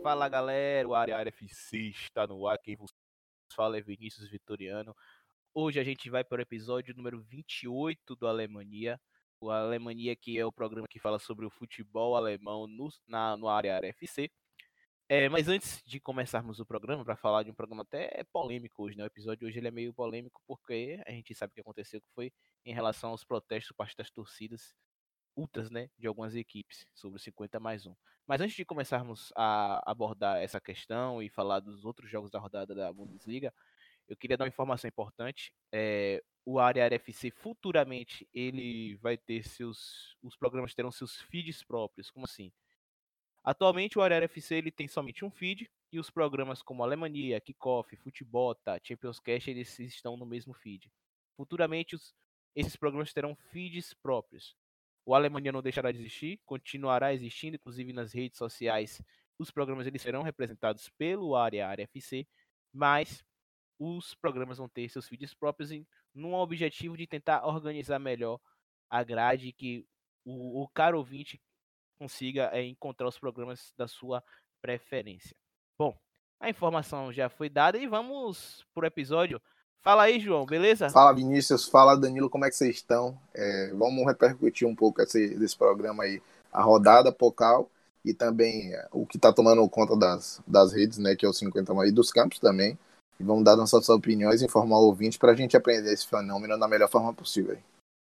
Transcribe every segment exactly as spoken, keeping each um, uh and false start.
Fala galera, o Área Área F C está no ar, quem vos fala é Vinícius Vitoriano. Hoje a gente vai para o episódio número vinte e oito do Alemania. O Alemania que é o programa que fala sobre o futebol alemão no, na, no Área Área F C. É, mas antes de começarmos o programa, para falar de um programa até polêmico hoje, né? O episódio de hoje ele é meio polêmico porque a gente sabe o que aconteceu, que foi em relação aos protestos por parte das torcidas ultras, né, de algumas equipes, sobre o cinquenta mais um. Mas antes de começarmos a abordar essa questão e falar dos outros jogos da rodada da Bundesliga, eu queria dar uma informação importante. É, o Área F C futuramente ele vai ter seus, os programas terão seus feeds próprios. Como assim? Atualmente o Área F C ele tem somente um feed e os programas como Alemania, Kickoff, Futebota, Champions Cash eles estão no mesmo feed. Futuramente os, esses programas terão feeds próprios. O Alemanha não deixará de existir, continuará existindo, inclusive nas redes sociais. Os programas eles serão representados pelo Área Área F C, mas os programas vão ter seus feeds próprios em num objetivo de tentar organizar melhor a grade que o, o caro ouvinte consiga é, encontrar os programas da sua preferência. Bom, a informação já foi dada e vamos pro episódio. Fala aí, João, beleza? Fala, Vinícius. Fala, Danilo. Como é que vocês estão? É, vamos repercutir um pouco esse, desse programa aí, a rodada Pocal e também é, o que está tomando conta das, das redes, né, que é o cinquenta mais, e dos campos também. E vamos dar nossas opiniões e informar o ouvinte para a gente aprender esse fenômeno da melhor forma possível.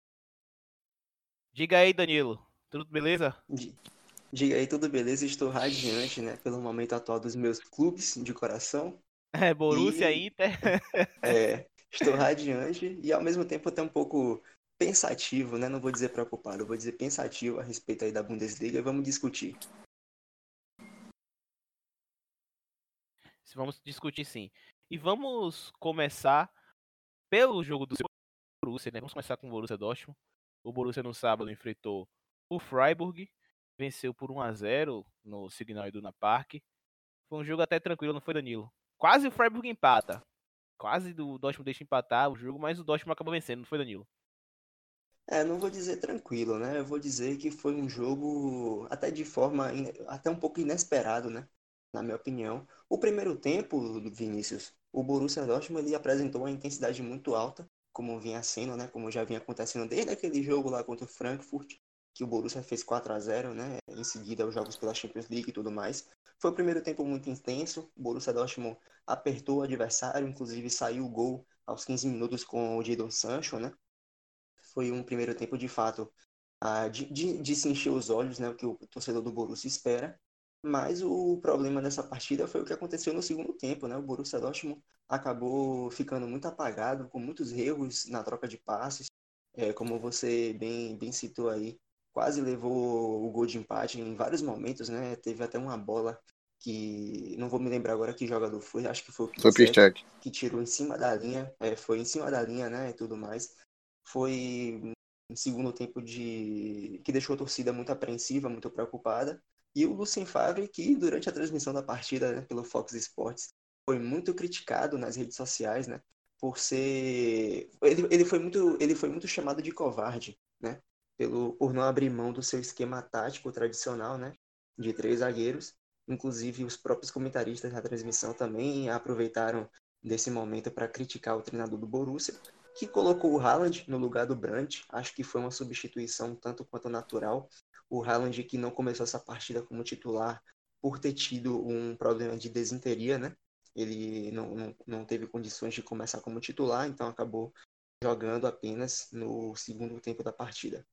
Diga aí, Danilo. Tudo beleza? Diga aí, tudo beleza? Estou radiante, né, pelo momento atual dos meus clubes de coração. É, Borussia, E Inter. é, estou radiante e ao mesmo tempo até um pouco pensativo, né? Não vou dizer preocupado, eu vou dizer pensativo a respeito aí da Bundesliga e vamos discutir. Vamos discutir sim. E vamos começar pelo jogo do Borussia, né? Vamos começar com o Borussia Dortmund. O Borussia no sábado enfrentou o Freiburg, venceu por um a zero no Signal Iduna Park. Foi um jogo até tranquilo, não foi, Danilo? Quase o Freiburg empata. Quase o Dortmund deixa empatar o jogo, mas o Dortmund acaba vencendo, não foi, Danilo? É, não vou dizer tranquilo, né? Eu vou dizer que foi um jogo até de forma in- até um pouco inesperado, né? Na minha opinião. O primeiro tempo, Vinícius, o Borussia Dortmund ele apresentou uma intensidade muito alta, como vinha sendo, né? Como já vinha acontecendo desde aquele jogo lá contra o Frankfurt, que o Borussia fez quatro a zero, né? Em seguida, os jogos pela Champions League e tudo mais. Foi o primeiro tempo muito intenso. O Borussia Dortmund apertou o adversário, inclusive saiu o gol aos quinze minutos com o Jadon Sancho, né? Foi um primeiro tempo, de fato, ah, de, de, de se encher os olhos, né, o que o torcedor do Borussia espera. Mas o problema dessa partida foi o que aconteceu no segundo tempo, né? O Borussia Dortmund acabou ficando muito apagado, com muitos erros na troca de passes. É, como você bem, bem citou aí, quase levou o gol de empate em vários momentos, né? Teve até uma bola que, não vou me lembrar agora que jogador foi, acho que foi o Foi Piszczek, Piszczek. que tirou em cima da linha, é, foi em cima da linha, né, e tudo mais. Foi um segundo tempo de que deixou a torcida muito apreensiva, muito preocupada. E o Lucien Favre, que durante a transmissão da partida, né, pelo Fox Sports, foi muito criticado nas redes sociais, né, por ser ele, ele foi muito ele foi muito chamado de covarde, né, pelo por não abrir mão do seu esquema tático tradicional, né, de três zagueiros. Inclusive os próprios comentaristas da transmissão também aproveitaram desse momento para criticar o treinador do Borussia, que colocou o Haaland no lugar do Brandt. Acho que foi uma substituição tanto quanto natural. O Haaland que não começou essa partida como titular por ter tido um problema de desinteria, né? Ele não, não, não teve condições de começar como titular, então acabou jogando apenas no segundo tempo da partida.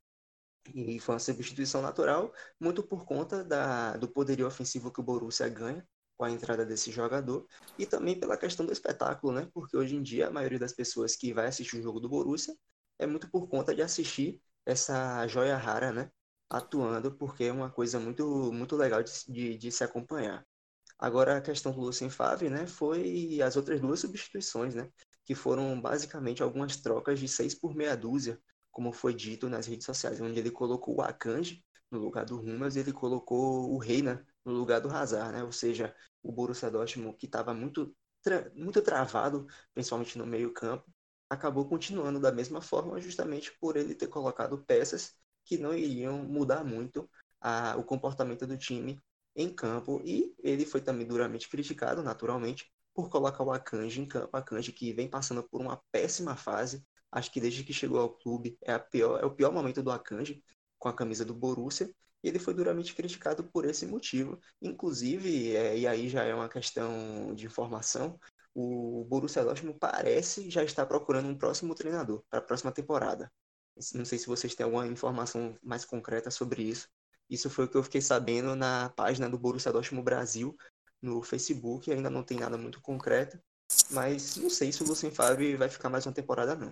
E foi uma substituição natural, muito por conta da, do poderio ofensivo que o Borussia ganha com a entrada desse jogador e também pela questão do espetáculo, né? Porque hoje em dia a maioria das pessoas que vai assistir o jogo do Borussia é muito por conta de assistir essa joia rara, né? Atuando, porque é uma coisa muito, muito legal de, de, de se acompanhar. Agora a questão do Lucien Favre, né? Foi as outras duas substituições, né? Que foram basicamente algumas trocas de seis por meia dúzia, como foi dito nas redes sociais, onde ele colocou o Akanji no lugar do Hummels e ele colocou o Reina no lugar do Hazard, né? Ou seja, o Borussia Dortmund, que estava muito, tra muito travado, principalmente no meio-campo, acabou continuando da mesma forma, justamente por ele ter colocado peças que não iriam mudar muito a, o comportamento do time em campo, e ele foi também duramente criticado, naturalmente, por colocar o Akanji em campo. Akanji que vem passando por uma péssima fase, acho que desde que chegou ao clube é, a pior, é o pior momento do Akanji com a camisa do Borussia, e ele foi duramente criticado por esse motivo. Inclusive, é, e aí já é uma questão de informação, o Borussia Dortmund parece já estar procurando um próximo treinador para a próxima temporada. Não sei se vocês têm alguma informação mais concreta sobre isso. Isso foi o que eu fiquei sabendo na página do Borussia Dortmund Brasil, no Facebook. Ainda não tem nada muito concreto, mas não sei se o Lucien Favre vai ficar mais uma temporada, não.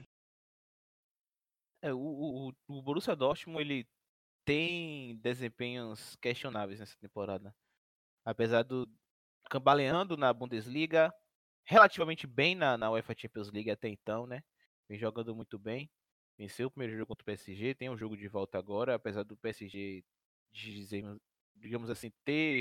É, o, o, o Borussia Dortmund, ele tem desempenhos questionáveis nessa temporada. Apesar do cambaleando na Bundesliga, relativamente bem na, na UEFA Champions League até então, né? Vem jogando muito bem. Venceu o primeiro jogo contra o P S G, tem um jogo de volta agora, apesar do P S G, dizemos, digamos assim, ter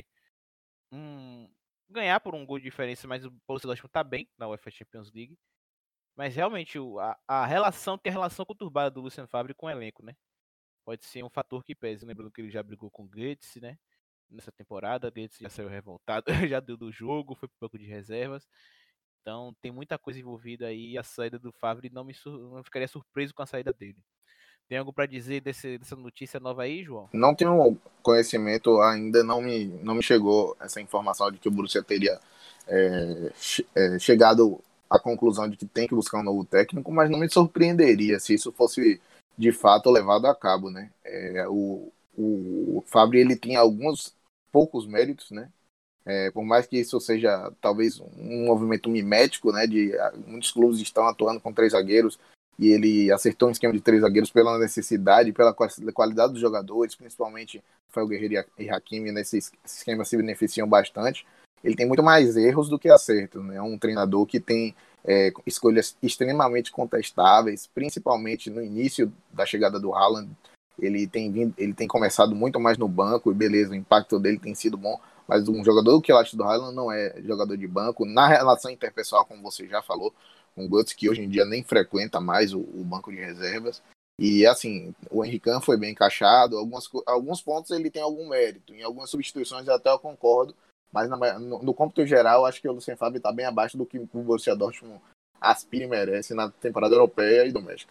um ganhar por um gol de diferença, mas o Borussia Dortmund tá bem na UEFA Champions League. Mas realmente o, a, a relação tem a relação conturbada do Lucien Favre com o elenco, né? Pode ser um fator que pese. Lembrando que ele já brigou com o Götze, né? Nessa temporada, Götze já saiu revoltado, já deu do jogo, foi pro banco de reservas. Então tem muita coisa envolvida aí, e a saída do Favre não me sur... não ficaria surpreso com a saída dele. Tem algo para dizer desse, dessa notícia nova aí, João? Não tenho conhecimento, ainda não me, não me chegou essa informação de que o Borussia teria é, é, chegado à conclusão de que tem que buscar um novo técnico, mas não me surpreenderia se isso fosse de fato levado a cabo, né? É, o, o Favre, ele tinha alguns poucos méritos, né? É, por mais que isso seja talvez um movimento mimético, né? De muitos clubes estão atuando com três zagueiros, e ele acertou um esquema de três zagueiros pela necessidade, pela qualidade dos jogadores, principalmente Rafael Guerreiro e Hakimi nesse esquema se beneficiam bastante. Ele tem muito mais erros do que acertos, né? É um treinador que tem é, escolhas extremamente contestáveis, principalmente no início da chegada do Haaland. Ele tem, vindo, ele tem começado muito mais no banco, e beleza, o impacto dele tem sido bom, mas um jogador que eu acho do Haaland não é jogador de banco. Na relação interpessoal, como você já falou, um Götze que hoje em dia nem frequenta mais o, o banco de reservas. E assim, o Henrique Can foi bem encaixado, alguns, alguns pontos ele tem algum mérito, em algumas substituições até eu concordo, mas na, no, no cômputo geral, acho que o Lucien Favre está bem abaixo do que o Borussia Dortmund aspira e merece na temporada europeia e doméstica.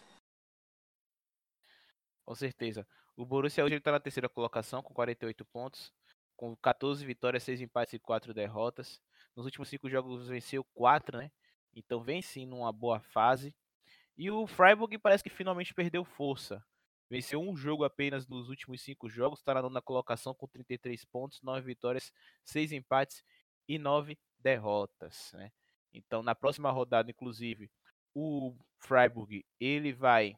Com certeza. O Borussia hoje está na terceira colocação com quarenta e oito pontos, com quatorze vitórias, seis empates e quatro derrotas. Nos últimos cinco jogos venceu quatro, né? Então vem sim numa boa fase. E o Freiburg parece que finalmente perdeu força. Venceu um jogo apenas nos últimos cinco jogos, está na nona colocação com trinta e três pontos, nove vitórias, seis empates e nove derrotas, né? Então na próxima rodada, inclusive, o Freiburg ele vai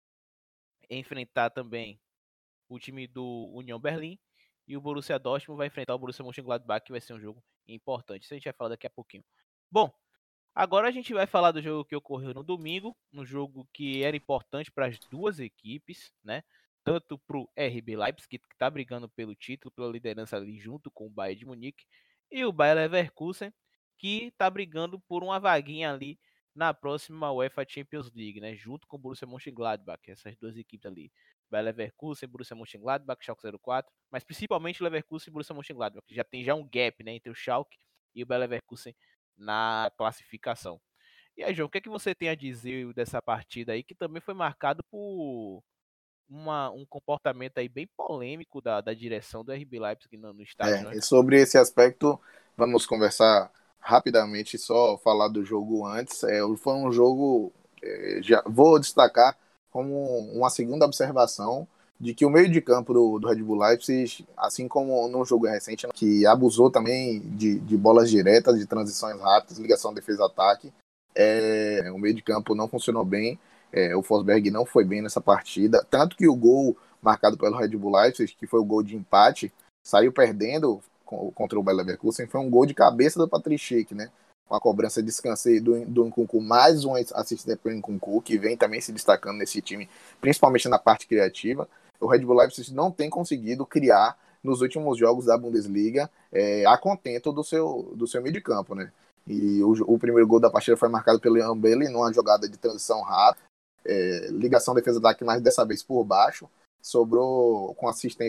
enfrentar também o time do União Berlim, e o Borussia Dortmund vai enfrentar o Borussia Mönchengladbach, que vai ser um jogo importante. Isso a gente vai falar daqui a pouquinho. Bom, agora a gente vai falar do jogo que ocorreu no domingo, um jogo que era importante para as duas equipes, né? Tanto para o R B Leipzig, que está brigando pelo título, pela liderança ali junto com o Bayern de Munique, e o Bayer Leverkusen, que está brigando por uma vaguinha ali na próxima UEFA Champions League, né? Junto com o Borussia Mönchengladbach, essas duas equipes ali. Bayer Leverkusen, Borussia Mönchengladbach, Schalke zero quatro, mas principalmente Leverkusen e Borussia Mönchengladbach, que já tem já um gap, né, entre o Schalke e o Bayer Leverkusen na classificação. E aí, João, o que é que você tem a dizer dessa partida aí, que também foi marcado por uma, um comportamento aí bem polêmico da, da direção do R B Leipzig no, no estádio, É, né? e sobre esse aspecto, vamos conversar rapidamente, só falar do jogo antes. É, foi um jogo, é, já vou destacar como uma segunda observação de que o meio de campo do, do Red Bull Leipzig, assim como no jogo recente, que abusou também de, de bolas diretas, de transições rápidas, ligação defesa-ataque, é, o meio de campo não funcionou bem. É, o Forsberg não foi bem nessa partida, tanto que o gol marcado pelo Red Bull Leipzig, que foi o gol de empate, saiu perdendo contra o Bayer Leverkusen, foi um gol de cabeça do Patrick Schick, né? Com a cobrança de escanseio do, do Nkunku, mais um assistente para o Nkunku, que vem também se destacando nesse time, principalmente na parte criativa. O Red Bull Leipzig não tem conseguido criar nos últimos jogos da Bundesliga é, a contento do seu, do seu meio de campo, né? E o, o primeiro gol da partida foi marcado pelo Ian Bailey numa jogada de transição rápida, é, ligação defesa-ataque, mas dessa vez por baixo, sobrou com assistência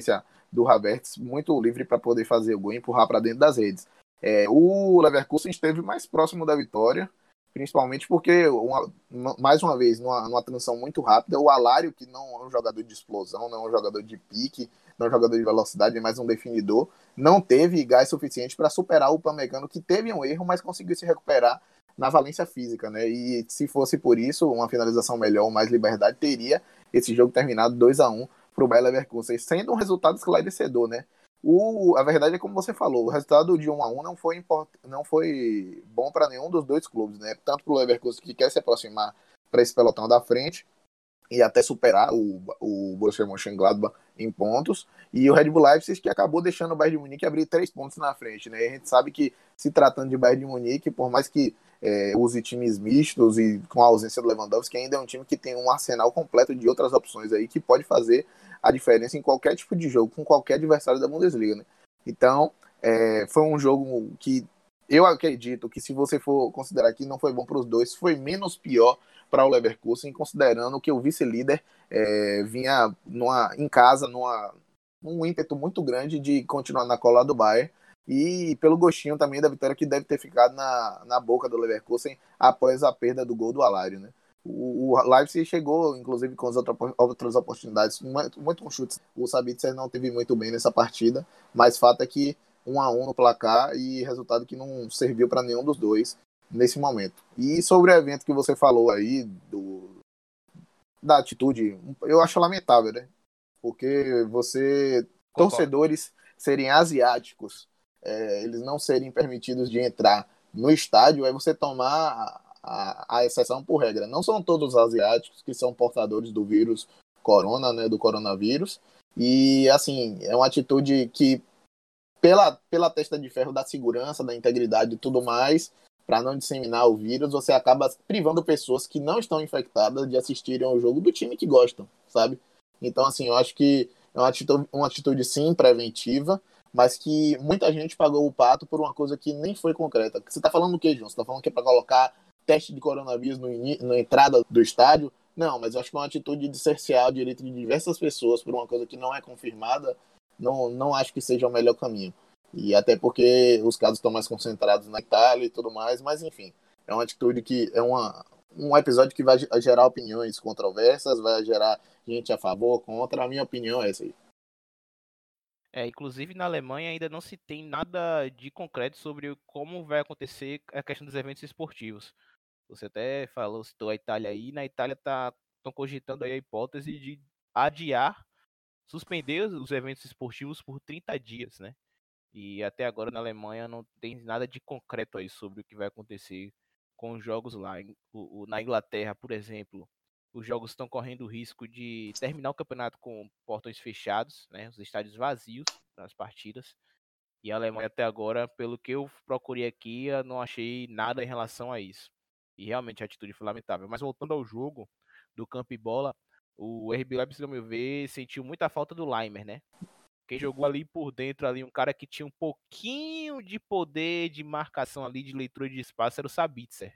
do Havertz muito livre para poder fazer o gol e empurrar para dentro das redes. É, o Leverkusen esteve mais próximo da vitória, principalmente porque, uma, mais uma vez, numa, numa transição muito rápida, o Alário, que não é um jogador de explosão, não é um jogador de pique, não é um jogador de velocidade, é mais um definidor, não teve gás suficiente para superar o Upamecano, que teve um erro, mas conseguiu se recuperar na valência física, né? E se fosse por isso, uma finalização melhor, mais liberdade, teria esse jogo terminado dois a um para o Bayer Leverkusen, sendo um resultado esclarecedor, né? O, a verdade é como você falou, o resultado de um a um não foi, import, não foi bom para nenhum dos dois clubes, né? Tanto para o Leverkusen, que quer se aproximar para esse pelotão da frente e até superar o, o Borussia Mönchengladbach em pontos, e o Red Bull Leipzig, que acabou deixando o Bayern de Munique abrir três pontos na frente, né? E a gente sabe que, se tratando de Bayern de Munique, por mais que é, use times mistos e com a ausência do Lewandowski, ainda é um time que tem um arsenal completo de outras opções aí que pode fazer a diferença em qualquer tipo de jogo, com qualquer adversário da Bundesliga, né? Então, é, foi um jogo que eu acredito que, se você for considerar que não foi bom para os dois, foi menos pior para o Leverkusen, considerando que o vice-líder é, vinha numa, em casa numa, num ímpeto muito grande de continuar na cola do Bayern, e pelo gostinho também da vitória que deve ter ficado na, na boca do Leverkusen após a perda do gol do Alário, né? O, o Leipzig chegou, inclusive, com as outra, outras oportunidades, muito, muito com chutes. O Sabitzer não teve muito bem nessa partida, mas fato é que um a um no placar, e resultado que não serviu para nenhum dos dois nesse momento. E sobre o evento que você falou aí, do, da atitude, eu acho lamentável, né? Porque você, Concordo. torcedores serem asiáticos, é, eles não serem permitidos de entrar no estádio, é você tomar a, a exceção por regra. Não são todos os asiáticos que são portadores do vírus corona, né, do coronavírus, e assim, é uma atitude que, pela, pela testa de ferro da segurança, da integridade e tudo mais, para não disseminar o vírus, você acaba privando pessoas que não estão infectadas de assistirem ao jogo do time que gostam, sabe? Então, assim, eu acho que é uma atitude, uma atitude sim, preventiva, mas que muita gente pagou o pato por uma coisa que nem foi concreta. Você tá falando o quê, João? Você tá falando que é para colocar teste de coronavírus no in... na entrada do estádio? Não, mas eu acho que é uma atitude de cercear o direito de diversas pessoas por uma coisa que não é confirmada. Não, não acho que seja o melhor caminho. E até porque os casos estão mais concentrados na Itália e tudo mais, mas enfim, é uma atitude que é uma, um episódio que vai gerar opiniões controversas, vai gerar gente a favor, contra. A minha opinião é essa aí. É, inclusive na Alemanha ainda não se tem nada de concreto sobre como vai acontecer a questão dos eventos esportivos. Você até falou, citou a Itália aí, na Itália tá estão cogitando aí a hipótese de adiar, suspender os eventos esportivos por trinta dias, né? E até agora na Alemanha não tem nada de concreto aí sobre o que vai acontecer com os jogos lá. O, o, na Inglaterra, por exemplo, os jogos estão correndo o risco de terminar o campeonato com portões fechados, né, os estádios vazios nas partidas. E a Alemanha até agora, pelo que eu procurei aqui, eu não achei nada em relação a isso. E realmente a atitude foi lamentável. Mas voltando ao jogo do campo e bola, o R B Leipzig, ao meu ver, sentiu muita falta do Leimer, né? Quem jogou ali por dentro, ali, um cara que tinha um pouquinho de poder de marcação ali, de leitura de espaço, era o Sabitzer.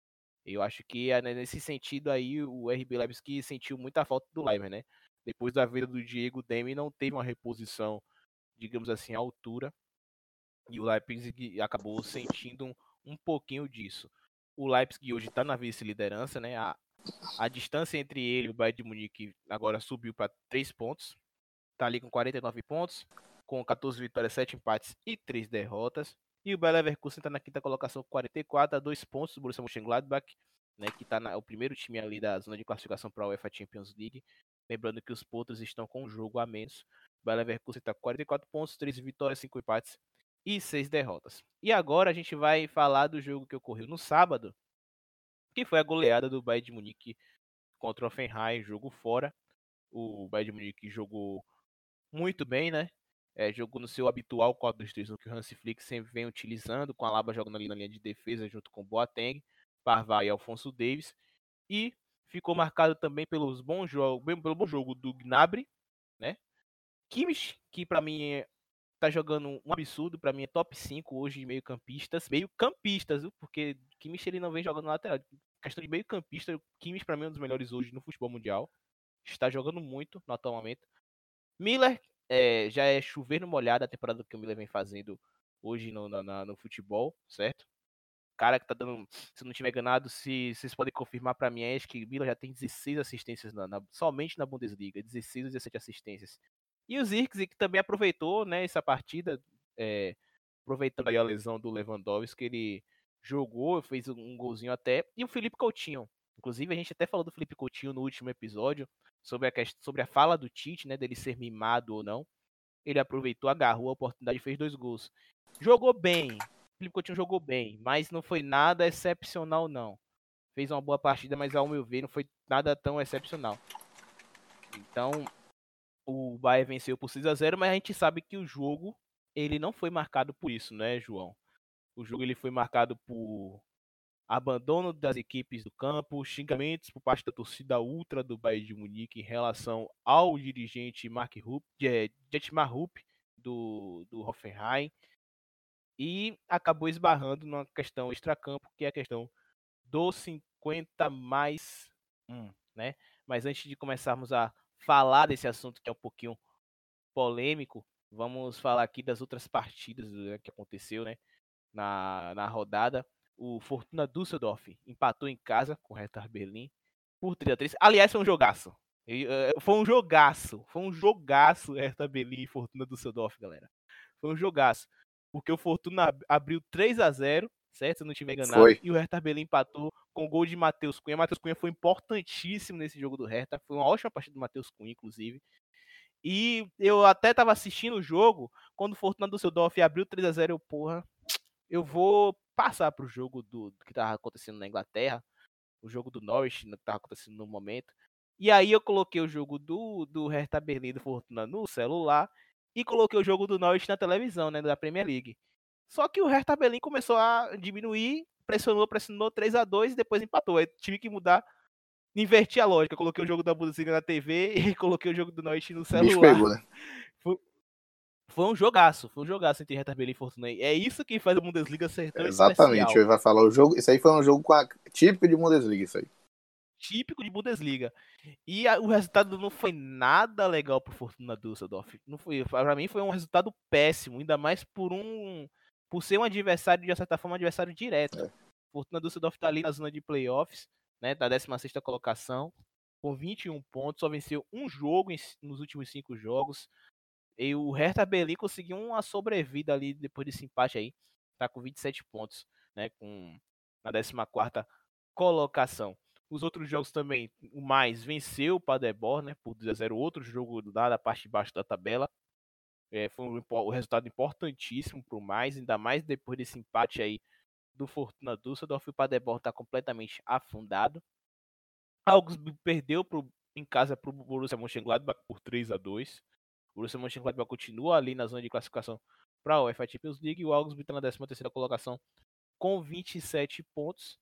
Eu acho que nesse sentido aí, o R B Leipzig sentiu muita falta do Leimer, né? Depois da vida do Diego Demme, não teve uma reposição, digamos assim, à altura. E o Leipzig acabou sentindo um, um pouquinho disso. O Leipzig hoje está na vice-liderança, né? A, a distância entre ele e o Bayern de Munique agora subiu para três pontos. Tá ali com quarenta e nove pontos, com quatorze vitórias, sete empates e três derrotas. E o Bayer Leverkusen está na quinta colocação com quarenta e quatro, a dois pontos do Borussia Mönchengladbach, né, que está o primeiro time ali da zona de classificação para a UEFA Champions League. Lembrando que os potros estão com um jogo a menos. O Bayer Leverkusen está com quarenta e quatro pontos, treze vitórias, cinco empates e seis derrotas. E agora a gente vai falar do jogo que ocorreu no sábado, que foi a goleada do Bayern de Munique contra o Hoffenheim, jogo fora. O Bayern de Munique jogou muito bem, né? É, jogou no seu habitual quatro dois três, que o Hansi Flick sempre vem utilizando, com a Alaba jogando ali na linha de defesa junto com o Boateng, Parvai e Alphonso Davies. E ficou marcado também pelos bons jogos, pelo bom jogo do Gnabry, né? Kimmich, que para mim é, tá jogando um absurdo, para mim é top cinco hoje de meio-campistas, meio-campistas, viu? Porque Kimmich ele não vem jogando lateral. Questão de meio-campista, Kimmich para mim é um dos melhores hoje no futebol mundial. Está jogando muito no atual momento. Miller, é, já é chover no molhado a temporada que o Miller vem fazendo hoje no, na, no futebol, certo? Cara que tá dando, se não tiver enganado, se vocês podem confirmar para mim, acho que o Miller já tem dezesseis assistências na, na, somente na Bundesliga, dezesseis ou dezessete assistências. E o Zirkzee, que também aproveitou, né, essa partida, é, aproveitando aí a lesão do Lewandowski, que ele jogou, fez um golzinho até, e o Felipe Coutinho. Inclusive, a gente até falou do Felipe Coutinho no último episódio, sobre a, questão, sobre a fala do Tite, né, dele ser mimado ou não. Ele aproveitou, agarrou a oportunidade e fez dois gols. Jogou bem, o Felipe Coutinho jogou bem, mas não foi nada excepcional, não. Fez uma boa partida, mas ao meu ver, não foi nada tão excepcional. Então, o Bayern venceu por seis a zero, mas a gente sabe que o jogo ele não foi marcado por isso, né, João? O jogo ele foi marcado por abandono das equipes do campo, xingamentos por parte da torcida ultra do Bayern de Munique em relação ao dirigente Mark Rupp, é, Dietmar Rupp, do, do Hoffenheim, e acabou esbarrando numa questão extracampo, que é a questão dos cinquenta mais um, né? Mas antes de começarmos a falar desse assunto que é um pouquinho polêmico, vamos falar aqui das outras partidas, né, que aconteceu, né, na, na rodada. O Fortuna Düsseldorf empatou em casa com o Hertha Berlim por três a três. Aliás, foi um jogaço. Foi um jogaço. Foi um jogaço Hertha Berlim e Fortuna Düsseldorf, galera. Foi um jogaço. Porque o Fortuna abriu três a zero, certo? Se eu não estiver enganado. Foi. E o Hertha Berlim empatou com o gol de Matheus Cunha. Matheus Cunha foi importantíssimo nesse jogo do Hertha. Foi uma ótima partida do Matheus Cunha, inclusive. E eu até estava assistindo o jogo, quando o Fortuna Düsseldorf abriu três a zero, eu, porra, eu vou passar pro jogo do, do que estava acontecendo na Inglaterra, o jogo do Norwich, que estava acontecendo no momento. E aí eu coloquei o jogo do, do Hertha Berlim do Fortuna no celular e coloquei o jogo do Norwich na televisão, né, da Premier League. Só que o Hertha Berlim começou a diminuir, pressionou, pressionou três a dois e depois empatou. Aí tive que mudar, inverti a lógica, coloquei o jogo da Bundesliga na T V e coloquei o jogo do Norwich no celular. Bicho pegou, né? Foi, foi um jogaço, foi um jogaço entre Hertha Berlim e Fortuna. É isso que faz a Bundesliga ser tão Exatamente, especial. ele vai falar o jogo. Isso aí foi um jogo com a, típico de Bundesliga, isso aí. Típico de Bundesliga. E a, o resultado não foi nada legal pro Fortuna Düsseldorf. Não foi, para mim foi um resultado péssimo, ainda mais por um por ser um adversário, de certa forma, um adversário direto. É. Fortuna Düsseldorf tá ali na zona de playoffs, né, da décima sexta colocação, com vinte e um pontos, só venceu um jogo em, nos últimos cinco jogos. E o Hertha Berlim conseguiu uma sobrevida ali depois desse empate aí, tá com vinte e sete pontos, né, com na décima quarta colocação. Os outros jogos também, o mais venceu o Paderborn, né, por dois a zero, outro jogo lá da parte de baixo da tabela. É, foi um, um resultado importantíssimo para o mais, ainda mais depois desse empate aí do Fortuna Düsseldorf. O Paderborn está completamente afundado. Augsburg perdeu pro, em casa para o Borussia Mönchengladbach por três a dois. O Borussia Mönchengladbach continua ali na zona de classificação para a UEFA Champions League e o Augsburg está na décima terceira colocação com vinte e sete pontos.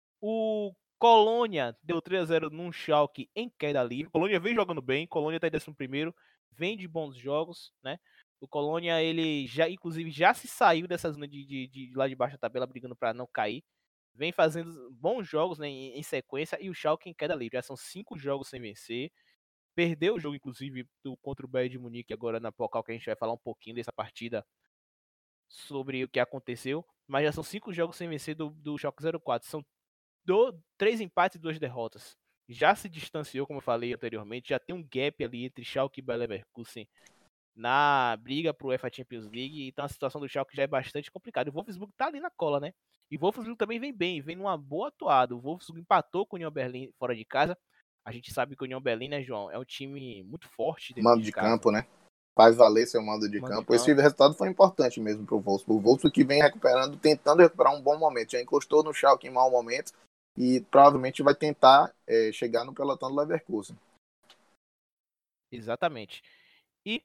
O Colônia deu três a zero num Schalke em queda livre. Colônia vem jogando bem, Colônia está em décimo primeiro, vem de bons jogos, né? O Colônia, ele já, inclusive, já se saiu dessa zona de, de, de, de lá de baixo da tabela, brigando para não cair. Vem fazendo bons jogos, né, em, em sequência, e o Schalke em queda livre. Já são cinco jogos sem vencer. Perdeu o jogo, inclusive, do, contra o Bayern de Munique, agora na Pokal, que a gente vai falar um pouquinho dessa partida, sobre o que aconteceu. Mas já são cinco jogos sem vencer do, do Schalke zero quatro. São do, três empates e duas derrotas. Já se distanciou, como eu falei anteriormente, já tem um gap ali entre Schalke e Bayer Leverkusen na briga pro UEFA Champions League, então a situação do Schalke já é bastante complicada. O Wolfsburg tá ali na cola, né? E o Wolfsburg também vem bem, vem numa boa atuada. O Wolfsburg empatou com o Union Berlin fora de casa. A gente sabe que o Union Berlin, né, João, é um time muito forte dentro mando de, de casa. campo, né? Faz valer seu mando de mando campo. De Esse campo. resultado foi importante mesmo pro Wolfsburg. O Wolfsburg que vem recuperando, tentando recuperar um bom momento. Já encostou no Schalke em mau momento e provavelmente vai tentar é, chegar no pelotão do Leverkusen. Exatamente. E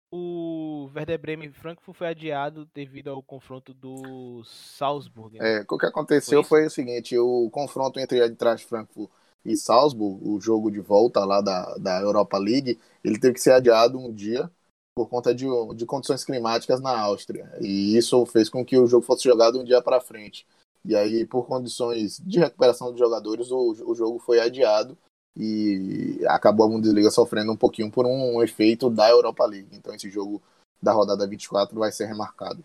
o Werder Bremen e Frankfurt foi adiado devido ao confronto do Salzburg. Né? É, o que aconteceu foi, foi o seguinte, o confronto entre a Eintracht Frankfurt e Salzburg, o jogo de volta lá da, da Europa League, ele teve que ser adiado um dia por conta de, de condições climáticas na Áustria. E isso fez com que o jogo fosse jogado um dia para frente. E aí, por condições de recuperação dos jogadores, o, o jogo foi adiado. e acabou a Bundesliga sofrendo um pouquinho por um efeito da Europa League. Então esse jogo da rodada vinte e quatro vai ser remarcado.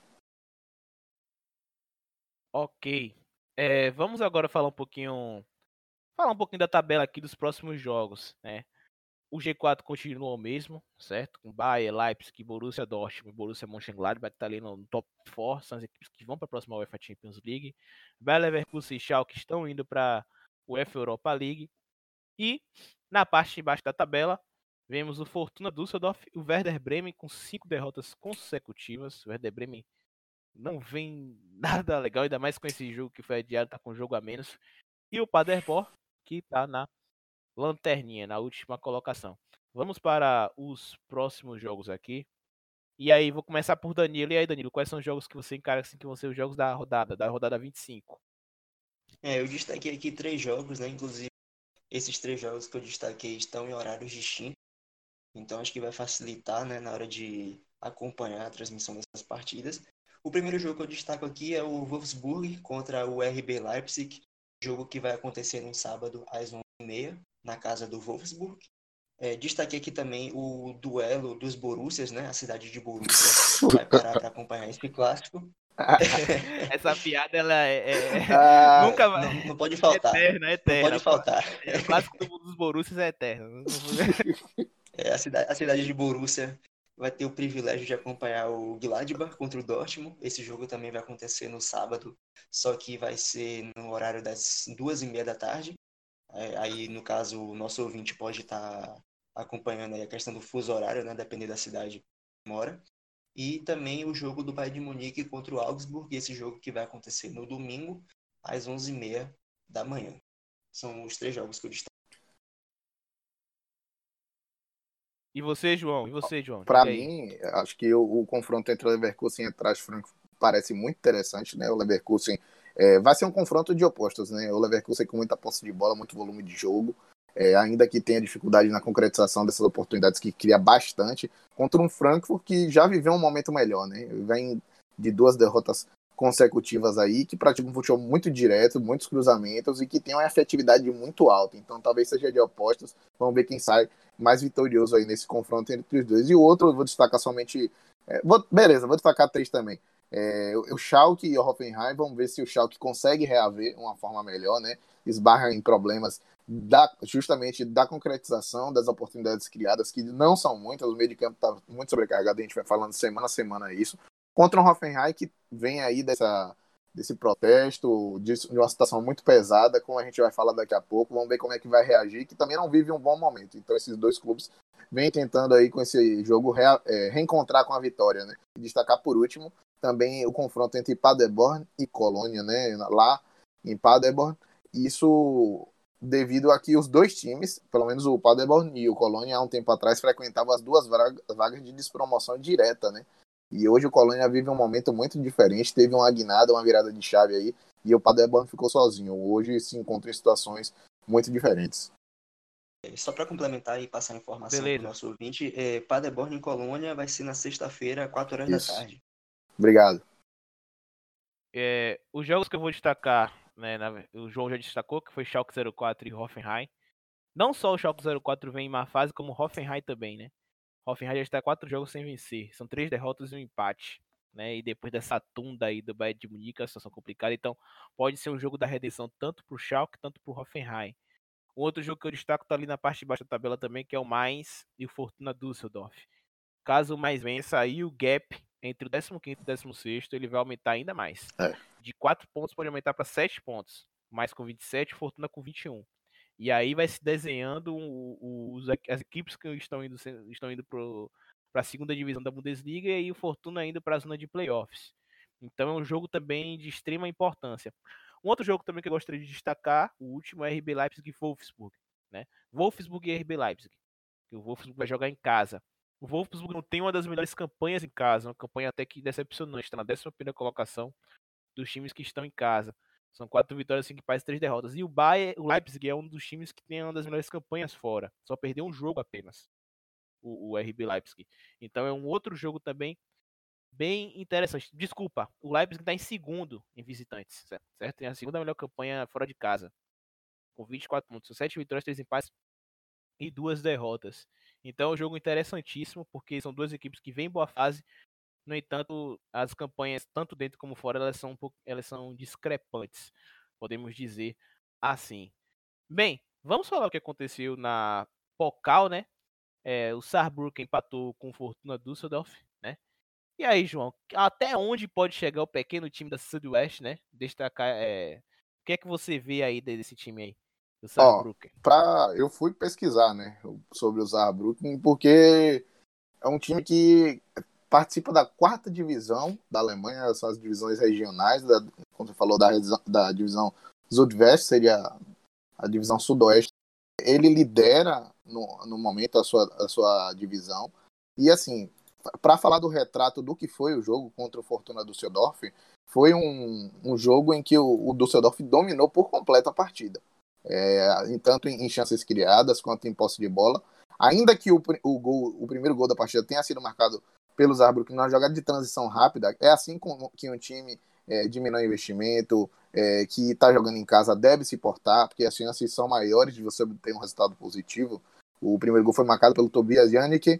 Ok. É, vamos agora falar um pouquinho falar um pouquinho da tabela aqui dos próximos jogos, né? O G quatro continua o mesmo, certo? Com Bayern, Leipzig, Borussia Dortmund, Borussia Mönchengladbach, que tá ali no top quatro, são as equipes que vão para a próxima UEFA Champions League. Bayer Leverkusen e Schalke estão indo para a UEFA Europa League. E na parte de baixo da tabela, vemos o Fortuna Düsseldorf e o Werder Bremen com cinco derrotas consecutivas. O Werder Bremen não vem nada legal, ainda mais com esse jogo que foi adiado, tá com um jogo a menos. E o Paderborn, que tá na lanterninha, na última colocação. Vamos para os próximos jogos aqui. E aí, vou começar por Danilo. E aí, Danilo, quais são os jogos que você encara assim, que vão ser os jogos da rodada, da rodada vinte e cinco? É, eu destaquei aqui três jogos, né? Inclusive, esses três jogos que eu destaquei estão em horários distintos. Então, acho que vai facilitar, né, na hora de acompanhar a transmissão dessas partidas. O primeiro jogo que eu destaco aqui é o Wolfsburg contra o R B Leipzig. Jogo que vai acontecer no sábado às onze e meia, na casa do Wolfsburg. É, destaquei aqui também o duelo dos Borussias, né? A cidade de Borussia vai parar para acompanhar esse clássico. Essa piada, ela é, é- Ah, nunca vai. Não, não pode É faltar. eterna, é Não pode eterna. faltar. É, o clássico do mundo dos Borussias é eterno. É, a, cidade, a cidade de Borussia vai ter o privilégio de acompanhar o Gladbach contra o Dortmund. Esse jogo também vai acontecer no sábado, só que vai ser no horário das duas e meia da tarde. É, aí, no caso, o nosso ouvinte pode estar acompanhando aí a questão do fuso horário, né, dependendo da cidade que mora. E também o jogo do Bayern de Munique contra o Augsburg, esse jogo que vai acontecer no domingo, às onze e meia da manhã. São os três jogos que eu destaco. E você, João? E você, João? Para Diga aí. mim, acho que o, o confronto entre o Leverkusen e o Eintracht Frankfurt parece muito interessante, né? O Leverkusen é, vai ser um confronto de opostos, né? O Leverkusen com muita posse de bola, muito volume de jogo, é, ainda que tenha dificuldade na concretização dessas oportunidades que cria bastante, contra um Frankfurt que já viveu um momento melhor, né? Vem de duas derrotas consecutivas aí, que pratica um futebol muito direto, muitos cruzamentos e que tem uma efetividade muito alta. Então talvez seja de opostos. Vamos ver quem sai mais vitorioso aí nesse confronto entre os dois. E o outro, eu vou destacar somente. É, vou, beleza, vou destacar três também. É, o Schalke e o Hoffenheim, vamos ver se o Schalke consegue reaver uma forma melhor, né? Esbarra em problemas da, justamente da concretização das oportunidades criadas, que não são muitas, o meio de campo está muito sobrecarregado, a gente vai falando semana a semana isso. Contra o Hoffenheim, que vem aí dessa, desse protesto, de, de uma situação muito pesada, como a gente vai falar daqui a pouco, vamos ver como é que vai reagir, que também não vive um bom momento. Então esses dois clubes vêm tentando aí com esse jogo re, é, reencontrar com a vitória, né? E destacar por último também o confronto entre Paderborn e Colônia, né? Lá em Paderborn, isso devido a que os dois times, pelo menos o Paderborn e o Colônia, há um tempo atrás frequentavam as duas vagas de despromoção direta, né? E hoje o Colônia vive um momento muito diferente, teve uma guinada, uma virada de chave aí, e o Paderborn ficou sozinho. Hoje se encontra em situações muito diferentes. Só para complementar e passar a informação para o Beleza. nosso ouvinte, é, Paderborn em Colônia vai ser na sexta-feira, quatro horas Isso. da tarde. Obrigado. É, os jogos que eu vou destacar, né, na, o João já destacou, que foi Schalke zero quatro e Hoffenheim. Não só o Schalke zero quatro vem em má fase, como o Hoffenheim também, né? Hoffenheim já está quatro jogos sem vencer. São três derrotas e um empate. Né? E depois dessa tunda aí do Bayern de Munique, a situação complicada. Então, pode ser um jogo da redenção tanto para o Schalke, tanto para o Hoffenheim. Um outro jogo que eu destaco está ali na parte de baixo da tabela também, que é o Mainz e o Fortuna Düsseldorf. Caso o Mainz vença, aí o gap entre o décimo quinto e o décimo sexto ele vai aumentar ainda mais. É. De quatro pontos pode aumentar para sete pontos. Mais com vinte e sete, Fortuna com vinte e um. E aí vai se desenhando os, as equipes que estão indo, estão indo para a segunda divisão da Bundesliga e o Fortuna indo para a zona de playoffs. Então é um jogo também de extrema importância. Um outro jogo também que eu gostaria de destacar, o último é R B Leipzig e Wolfsburg. Né? Wolfsburg e R B Leipzig. Que o Wolfsburg vai jogar em casa. O Wolfsburg não tem uma das melhores campanhas em casa, uma campanha até que decepcionante, está na décima primeira colocação dos times que estão em casa. São quatro vitórias, cinco empates e três derrotas. E o Bayern, o Leipzig é um dos times que tem uma das melhores campanhas fora. Só perdeu um jogo apenas, o, o R B Leipzig. Então é um outro jogo também bem interessante. Desculpa, o Leipzig está em segundo em visitantes, certo? Tem a segunda melhor campanha fora de casa, com vinte e quatro pontos. São sete vitórias, três empates, e duas derrotas. Então é um jogo interessantíssimo, porque são duas equipes que vêm em boa fase. No entanto, as campanhas, tanto dentro como fora, elas são, um pouco, elas são discrepantes, podemos dizer assim. Bem, vamos falar o que aconteceu na Pokal, né? É, o Saarbrücken empatou com o Fortuna Düsseldorf, né? E aí, João, até onde pode chegar o pequeno time da Sudoeste, né? Destacar, é... o que é que você vê aí desse time aí, do Ó, Saarbrücken? pra, eu fui pesquisar, né, sobre o Saarbrücken, porque é um time que participa da quarta divisão da Alemanha, são as divisões regionais, da, como você falou, da, da divisão Südwest, seria a divisão sudoeste. Ele lidera no, no momento a sua, a sua divisão. E assim, para falar do retrato do que foi o jogo contra o Fortuna Düsseldorf, foi um, um jogo em que o, o Düsseldorf dominou por completo a partida. É, tanto em, em chances criadas quanto em posse de bola. Ainda que o, o, gol, o primeiro gol da partida tenha sido marcado pelos Saarbrücken numa jogada de transição rápida, é assim com, que um time é, de menor investimento, é, que está jogando em casa, deve se portar, porque as chances são maiores de você obter um resultado positivo. O primeiro gol foi marcado pelo Tobias Janicke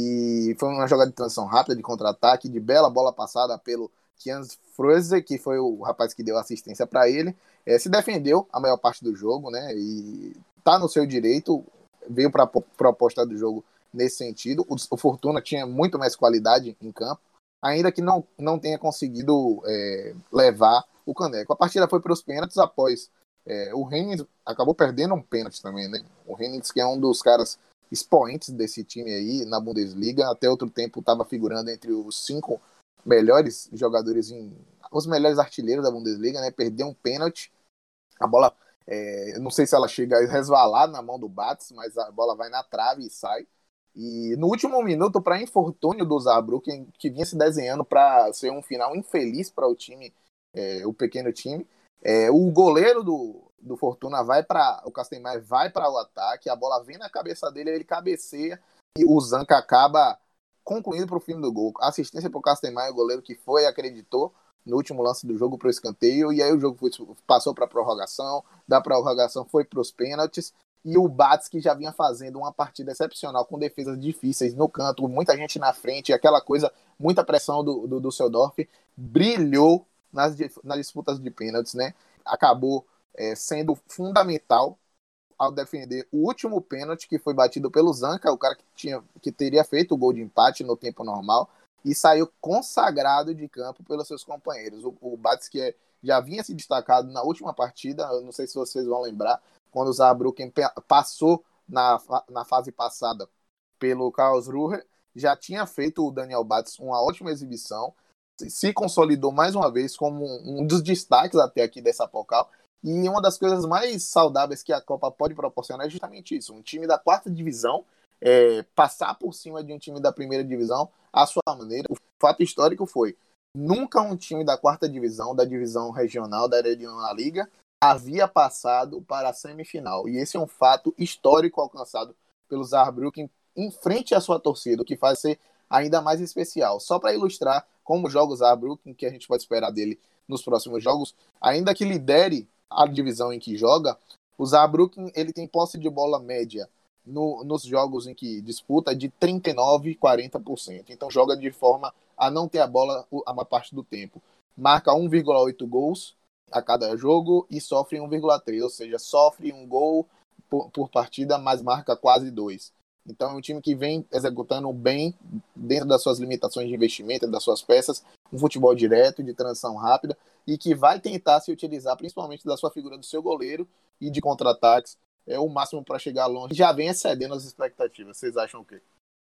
e foi uma jogada de transição rápida, de contra-ataque, de bela bola passada pelo Kian Fröse, que foi o rapaz que deu assistência para ele. É, se defendeu a maior parte do jogo, né? E tá no seu direito, veio para a proposta do jogo nesse sentido. O, o Fortuna tinha muito mais qualidade em campo, ainda que não, não tenha conseguido é, levar o caneco. A partida foi para os pênaltis após é, o Henning acabou perdendo um pênalti também, né? O Henning, que é um dos caras expoentes desse time aí na Bundesliga, até outro tempo estava figurando entre os cinco melhores jogadores, em, os melhores artilheiros da Bundesliga, né? Perdeu um pênalti, a bola, é, não sei se ela chega a resvalar na mão do Bates, mas a bola vai na trave e sai. E no último minuto, para infortúnio do Saarbrücken, que vinha se desenhando para ser um final infeliz para o time, é, o pequeno time, é, o goleiro do, do Fortuna vai para o Kastenmeier vai para o ataque, a bola vem na cabeça dele, ele cabeceia e o Zanca acaba concluindo para o fim do gol. Assistência para o Kastenmeier, o goleiro que foi, acreditou no último lance do jogo para o escanteio, e aí o jogo foi, passou para a prorrogação, da prorrogação foi para os pênaltis, e o Bates, que já vinha fazendo uma partida excepcional, com defesas difíceis no canto, muita gente na frente, aquela coisa, muita pressão do, do, do Düsseldorf, brilhou nas, nas disputas de pênaltis, né? Acabou é, sendo fundamental ao defender o último pênalti, que foi batido pelo Zanca, o cara que, tinha, que teria feito o gol de empate no tempo normal, e saiu consagrado de campo pelos seus companheiros. O, o Bates, que é, já vinha se destacado na última partida, eu não sei se vocês vão lembrar, quando o Saarbrücken passou na, na fase passada pelo Karlsruhe, já tinha feito o Daniel Bates uma ótima exibição, se consolidou mais uma vez como um dos destaques até aqui dessa Pokal, e uma das coisas mais saudáveis que a Copa pode proporcionar é justamente isso, um time da quarta divisão é, passar por cima de um time da primeira divisão à sua maneira. O fato histórico foi, nunca um time da quarta divisão, da divisão regional, da Regional Liga, havia passado para a semifinal. E esse é um fato histórico alcançado pelo Saarbrücken em frente à sua torcida, o que faz ser ainda mais especial. Só para ilustrar como joga o Saarbrücken, que a gente pode esperar dele nos próximos jogos, ainda que lidere a divisão em que joga, o Saarbrücken ele tem posse de bola média no, nos jogos em que disputa de trinta e nove por cento, quarenta por cento. Então joga de forma a não ter a bola a maior parte do tempo. Marca um vírgula oito gols a cada jogo e sofre um vírgula três, ou seja, sofre um gol por, por partida, mas marca quase dois. Então é um time que vem executando bem dentro das suas limitações de investimento, das suas peças, um futebol direto, de transição rápida, e que vai tentar se utilizar principalmente da sua figura do seu goleiro e de contra-ataques, é o máximo para chegar longe. Já vem excedendo as expectativas. Vocês acham o quê?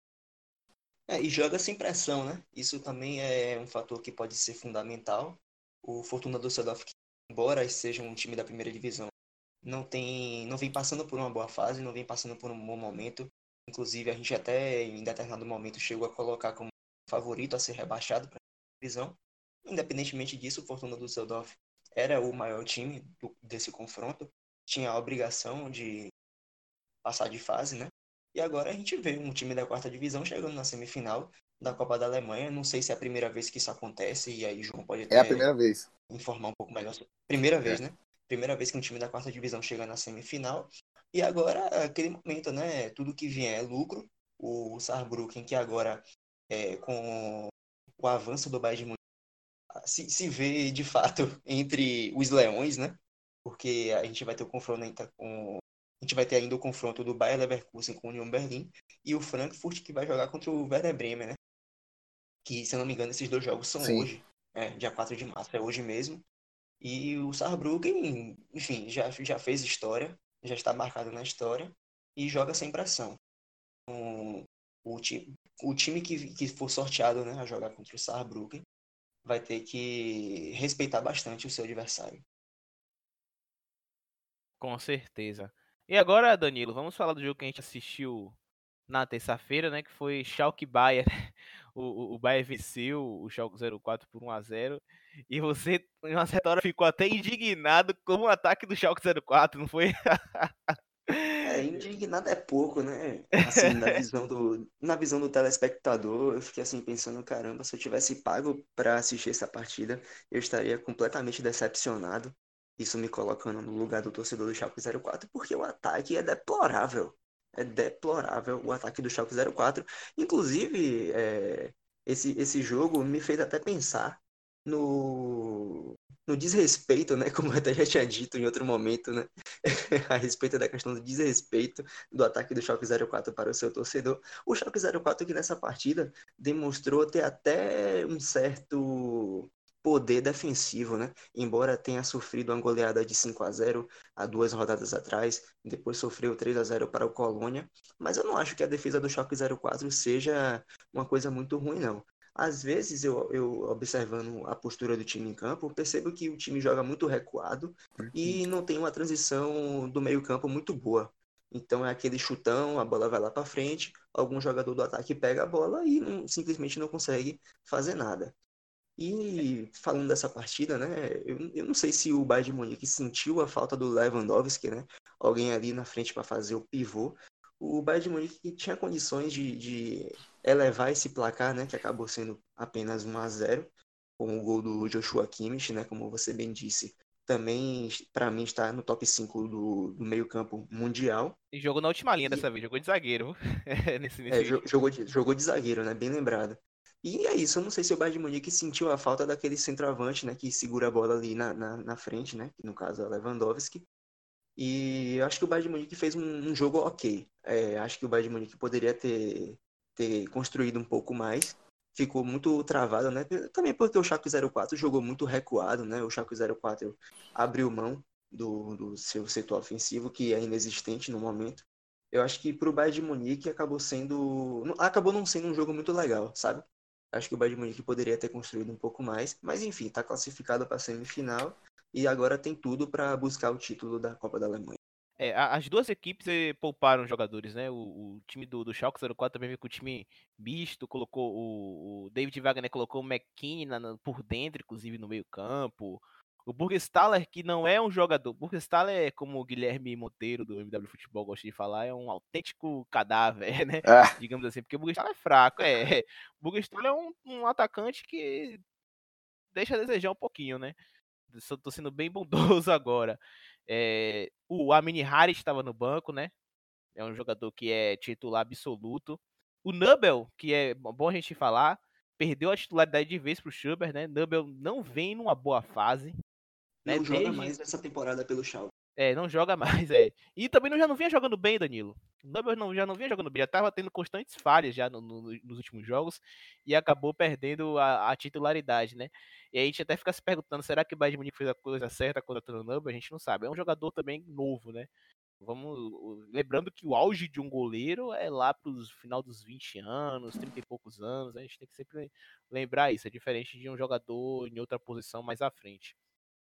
É, e joga sem pressão, né? Isso também é um fator que pode ser fundamental. O Fortuna Düsseldorf, embora seja um time da primeira divisão, não tem, não vem passando por uma boa fase, não vem passando por um bom momento. Inclusive, a gente até em determinado momento chegou a colocar como favorito a ser rebaixado para a divisão. Independentemente disso, o Fortuna Düsseldorf era o maior time do, desse confronto, tinha a obrigação de passar de fase, né? E agora a gente vê um time da quarta divisão chegando na semifinal da Copa da Alemanha. Não sei se é a primeira vez que isso acontece, e aí o João pode É a até primeira vez. informar um pouco melhor. Primeira vez, É. né? Primeira vez que um time da quarta divisão chega na semifinal. E agora, aquele momento, né? Tudo que vier é lucro. O Saarbrücken, que agora, é, com o avanço do Bayern de Munique, se, se vê de fato entre os leões, né? Porque a gente vai ter o confronto ainda com. A gente vai ter ainda o confronto do Bayer Leverkusen com o Union Berlin e o Frankfurt, que vai jogar contra o Werder Bremen, né? Que, se eu não me engano, esses dois jogos são Sim. hoje, é, dia quatro de março, é hoje mesmo. E o Saarbrücken, enfim, já, já fez história, já está marcado na história e joga sem pressão. Um, o, ti, o time que, que for sorteado, né, a jogar contra o Saarbrücken vai ter que respeitar bastante o seu adversário. Com certeza. E agora, Danilo, vamos falar do jogo que a gente assistiu na terça-feira, né? Que foi Schalke e Bayern. O, o, o Bayern venceu o Schalke zero quatro por um a zero. E você, em uma certa hora, ficou até indignado com o ataque do Schalke zero quatro, não foi? É, indignado é pouco, né? Assim, na visão do, na visão do telespectador, eu fiquei assim pensando, caramba, se eu tivesse pago para assistir essa partida, eu estaria completamente decepcionado. Isso me colocando no lugar do torcedor do Schalke zero quatro, porque o ataque é deplorável. É deplorável o ataque do Schalke zero quatro. Inclusive, é, esse, esse jogo me fez até pensar no, no desrespeito, né? Como eu até já tinha dito em outro momento, né? A respeito da questão do desrespeito do ataque do Schalke zero quatro para o seu torcedor. O Schalke zero quatro que nessa partida demonstrou ter até um certo poder defensivo, né? Embora tenha sofrido uma goleada de cinco a zero há duas rodadas atrás, depois sofreu três a zero para o Colônia, mas eu não acho que a defesa do Schalke zero quatro seja uma coisa muito ruim, não. Às vezes, eu, eu observando a postura do time em campo, percebo que o time joga muito recuado e não tem uma transição do meio-campo muito boa. Então é aquele chutão, a bola vai lá para frente, algum jogador do ataque pega a bola e não, simplesmente não consegue fazer nada. E falando dessa partida, né, eu, eu não sei se o Bayern de Munique sentiu a falta do Lewandowski, né, alguém ali na frente para fazer o pivô. O Bayern de Munique tinha condições de, de elevar esse placar, né, que acabou sendo apenas um a zero, com o gol do Joshua Kimmich, né, como você bem disse. Também, para mim, está no top cinco do, do meio-campo mundial. E jogou na última linha E dessa vez, jogou de zagueiro. nesse, é, nesse... jo- jogou, de, jogou de zagueiro, né, bem lembrado. E é isso, eu não sei se o Bayern de Munique sentiu a falta daquele centroavante, né, que segura a bola ali na, na, na frente, né, que no caso é o Lewandowski. E eu acho que o Bayern de Munique fez um, um jogo ok. É, acho que o Bayern de Munique poderia ter, ter construído um pouco mais. Ficou muito travado, né? Também porque o Schalke zero quatro jogou muito recuado, né? O Schalke zero quatro abriu mão do, do seu setor ofensivo, que é inexistente no momento. Eu acho que para o Bayern de Munique acabou sendo... Acabou não sendo um jogo muito legal, sabe? Acho que o Bayern de Munique poderia ter construído um pouco mais. Mas enfim, está classificado para a semifinal e agora tem tudo para buscar o título da Copa da Alemanha. É, as duas equipes eh, pouparam jogadores, né? O, o time do, do Schalke zero quatro também veio com o time misto, colocou o, o David Wagner colocou o McKenna por dentro, inclusive no meio campo. O Burgstaller, que não é um jogador, Burgstaller é como o Guilherme Monteiro do M W Futebol gosta de falar, é um autêntico cadáver, né? Ah, Digamos assim, porque o Burgstaller é fraco, é. O Burgstaller é um, um atacante que deixa a desejar um pouquinho, né? Tô sendo bem bondoso agora. É, o Amini Harit estava no banco, né? É um jogador que é titular absoluto. O Nubel, que é bom a gente falar, perdeu a titularidade de vez pro Schubert, né? Nubel não vem numa boa fase, né? Não joga Desde mais essa temporada pelo Schalke. é, não joga mais, é. E também não, já não vinha jogando bem, Danilo. O Nubel não, já não vinha jogando bem, já estava tendo constantes falhas já no, no, nos últimos jogos e acabou perdendo a, a, titularidade, né? E aí a gente até fica se perguntando, será que o Bayern de Munique fez a coisa certa contratando o Nubel? A gente não sabe. É um jogador também novo, né? Vamos, lembrando que o auge de um goleiro é lá para os final dos vinte anos, trinta e poucos anos, a gente tem que sempre lembrar isso, é diferente de um jogador em outra posição mais à frente.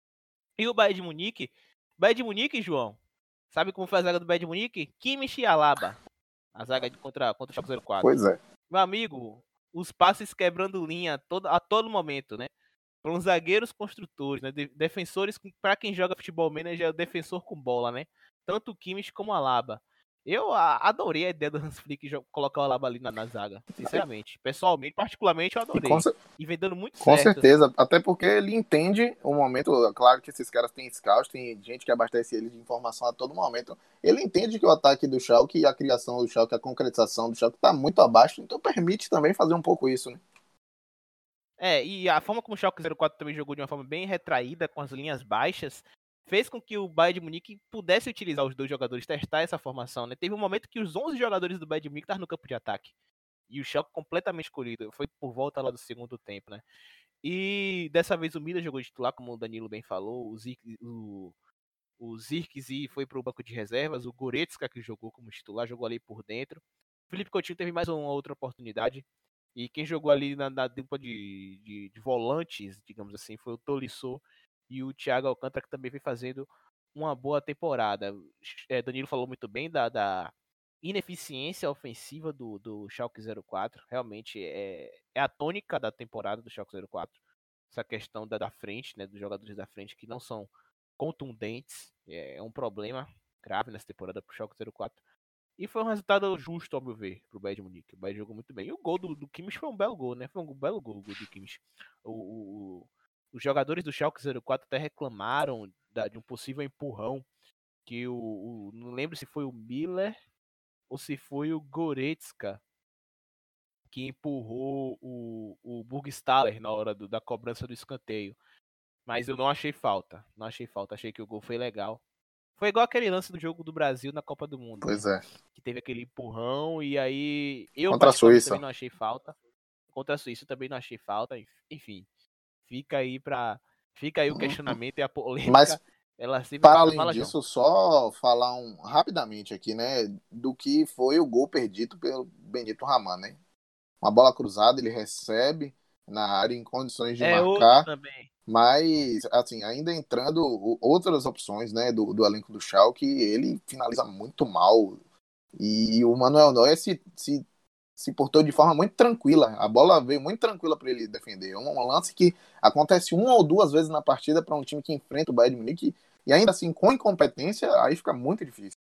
E o Bayern de Munique, Bayern de Munique, João, sabe como foi a zaga do Bayern de Munique? Kimmich e Alaba, a zaga de contra, contra o Schalke zero quatro. pois é. Meu amigo, os passes quebrando linha a todo, a todo momento, né? Foram zagueiros construtores, né? Defensores, para quem joga futebol manager, é o defensor com bola, né? Tanto o Kimmich como o Alaba. Eu adorei a ideia do Hans Flick colocar o Alaba ali na, na zaga, sinceramente. Pessoalmente, particularmente, eu adorei. E, com, e vem dando muito com certo. Com certeza, até porque ele entende o momento, claro que esses caras têm scouts, tem gente que abastece ele de informação a todo momento. Ele entende que o ataque do Schalke e a criação do Schalke, a concretização do Schalke está muito abaixo, então permite também fazer um pouco isso, né? É, e a forma como o Schalke zero quatro também jogou de uma forma bem retraída, com as linhas baixas, fez com que o Bayern de Munique pudesse utilizar os dois jogadores, testar essa formação, né? Teve um momento que os onze jogadores do Bayern de Munique estavam no campo de ataque. E o Schalke completamente escolhido. Foi por volta lá do segundo tempo, né? E dessa vez o Miller jogou de titular, como o Danilo bem falou. O, Zirk, o, o Zirkzee foi para o banco de reservas. O Goretzka, que jogou como titular, jogou ali por dentro. O Felipe Coutinho teve mais uma outra oportunidade. E quem jogou ali na, na dupla de, de, de volantes, digamos assim, foi o Tolisso e o Thiago Alcântara, que também vem fazendo uma boa temporada. É, Danilo falou muito bem da, da ineficiência ofensiva do, do Schalke zero quatro. Realmente é, é a tônica da temporada do Schalke zero quatro. Essa questão da, da frente, né, dos jogadores da frente que não são contundentes. É um problema grave nessa temporada para o Schalke zero quatro. E foi um resultado justo, ao meu ver, pro Bayern de Munique. O Bayern jogou muito bem. E o gol do, do Kimmich foi um belo gol, né? Foi um belo gol, o gol do Kimmich. O, o, os jogadores do Schalke zero quatro até reclamaram da, de um possível empurrão que o, o... Não lembro se foi o Miller ou se foi o Goretzka que empurrou o, o Burgstaller na hora do, da cobrança do escanteio. Mas eu não achei falta. Não achei falta. Achei que o gol foi legal. Foi igual aquele lance do jogo do Brasil na Copa do Mundo, Pois né? é. Que teve aquele empurrão e aí eu Contra a particularmente Suíça. também não achei falta. Contra a Suíça eu também não achei falta. Enfim, fica aí para fica aí o questionamento e a polêmica. Mas ela sempre para além fala, disso, só falar um rapidamente aqui, né, do que foi o gol perdido pelo Benito Raman, né? Uma bola cruzada, ele recebe na área em condições de é outro marcar. também. Mas, assim, ainda entrando outras opções, né, do, do elenco do Schalke, ele finaliza muito mal. E o Manuel Neuer se, se, se portou de forma muito tranquila. A bola veio muito tranquila para ele defender. É um lance que acontece uma ou duas vezes na partida para um time que enfrenta o Bayern de Munique. E ainda assim, com incompetência, aí fica muito difícil.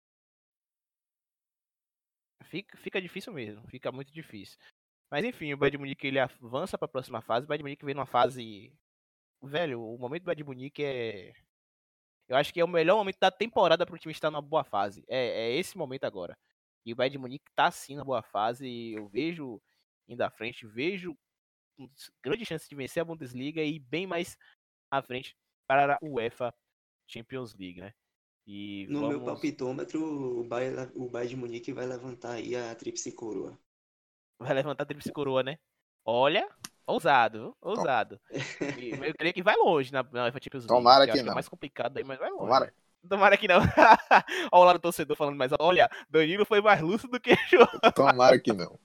Fica, fica difícil mesmo. Fica muito difícil. Mas enfim, o Bayern de Munique ele avança para a próxima fase. O Bayern de Munique vem numa fase... Velho, o momento do Bayern de Munique é... Eu acho que é o melhor momento da temporada para o time estar numa boa fase. É, é esse momento agora. E o Bayern de Munique está sim na boa fase. E eu vejo indo à frente, vejo grande chance de vencer a Bundesliga e bem mais à frente para a UEFA Champions League, né? E No meu vamos... palpitômetro, o Bayern, o Bayern de Munique vai levantar aí a tríplice coroa. Vai levantar a tríplice coroa, né? Olha, ousado, ousado. E eu creio que vai longe na, na UEFA Champions League, Tomara que eu que acho que é não. mais complicado aí, mas vai longe. Tomara. Tomara que não. Olha o lado do torcedor falando, mas olha, Danilo foi mais lúcido do que João. Tomara que não.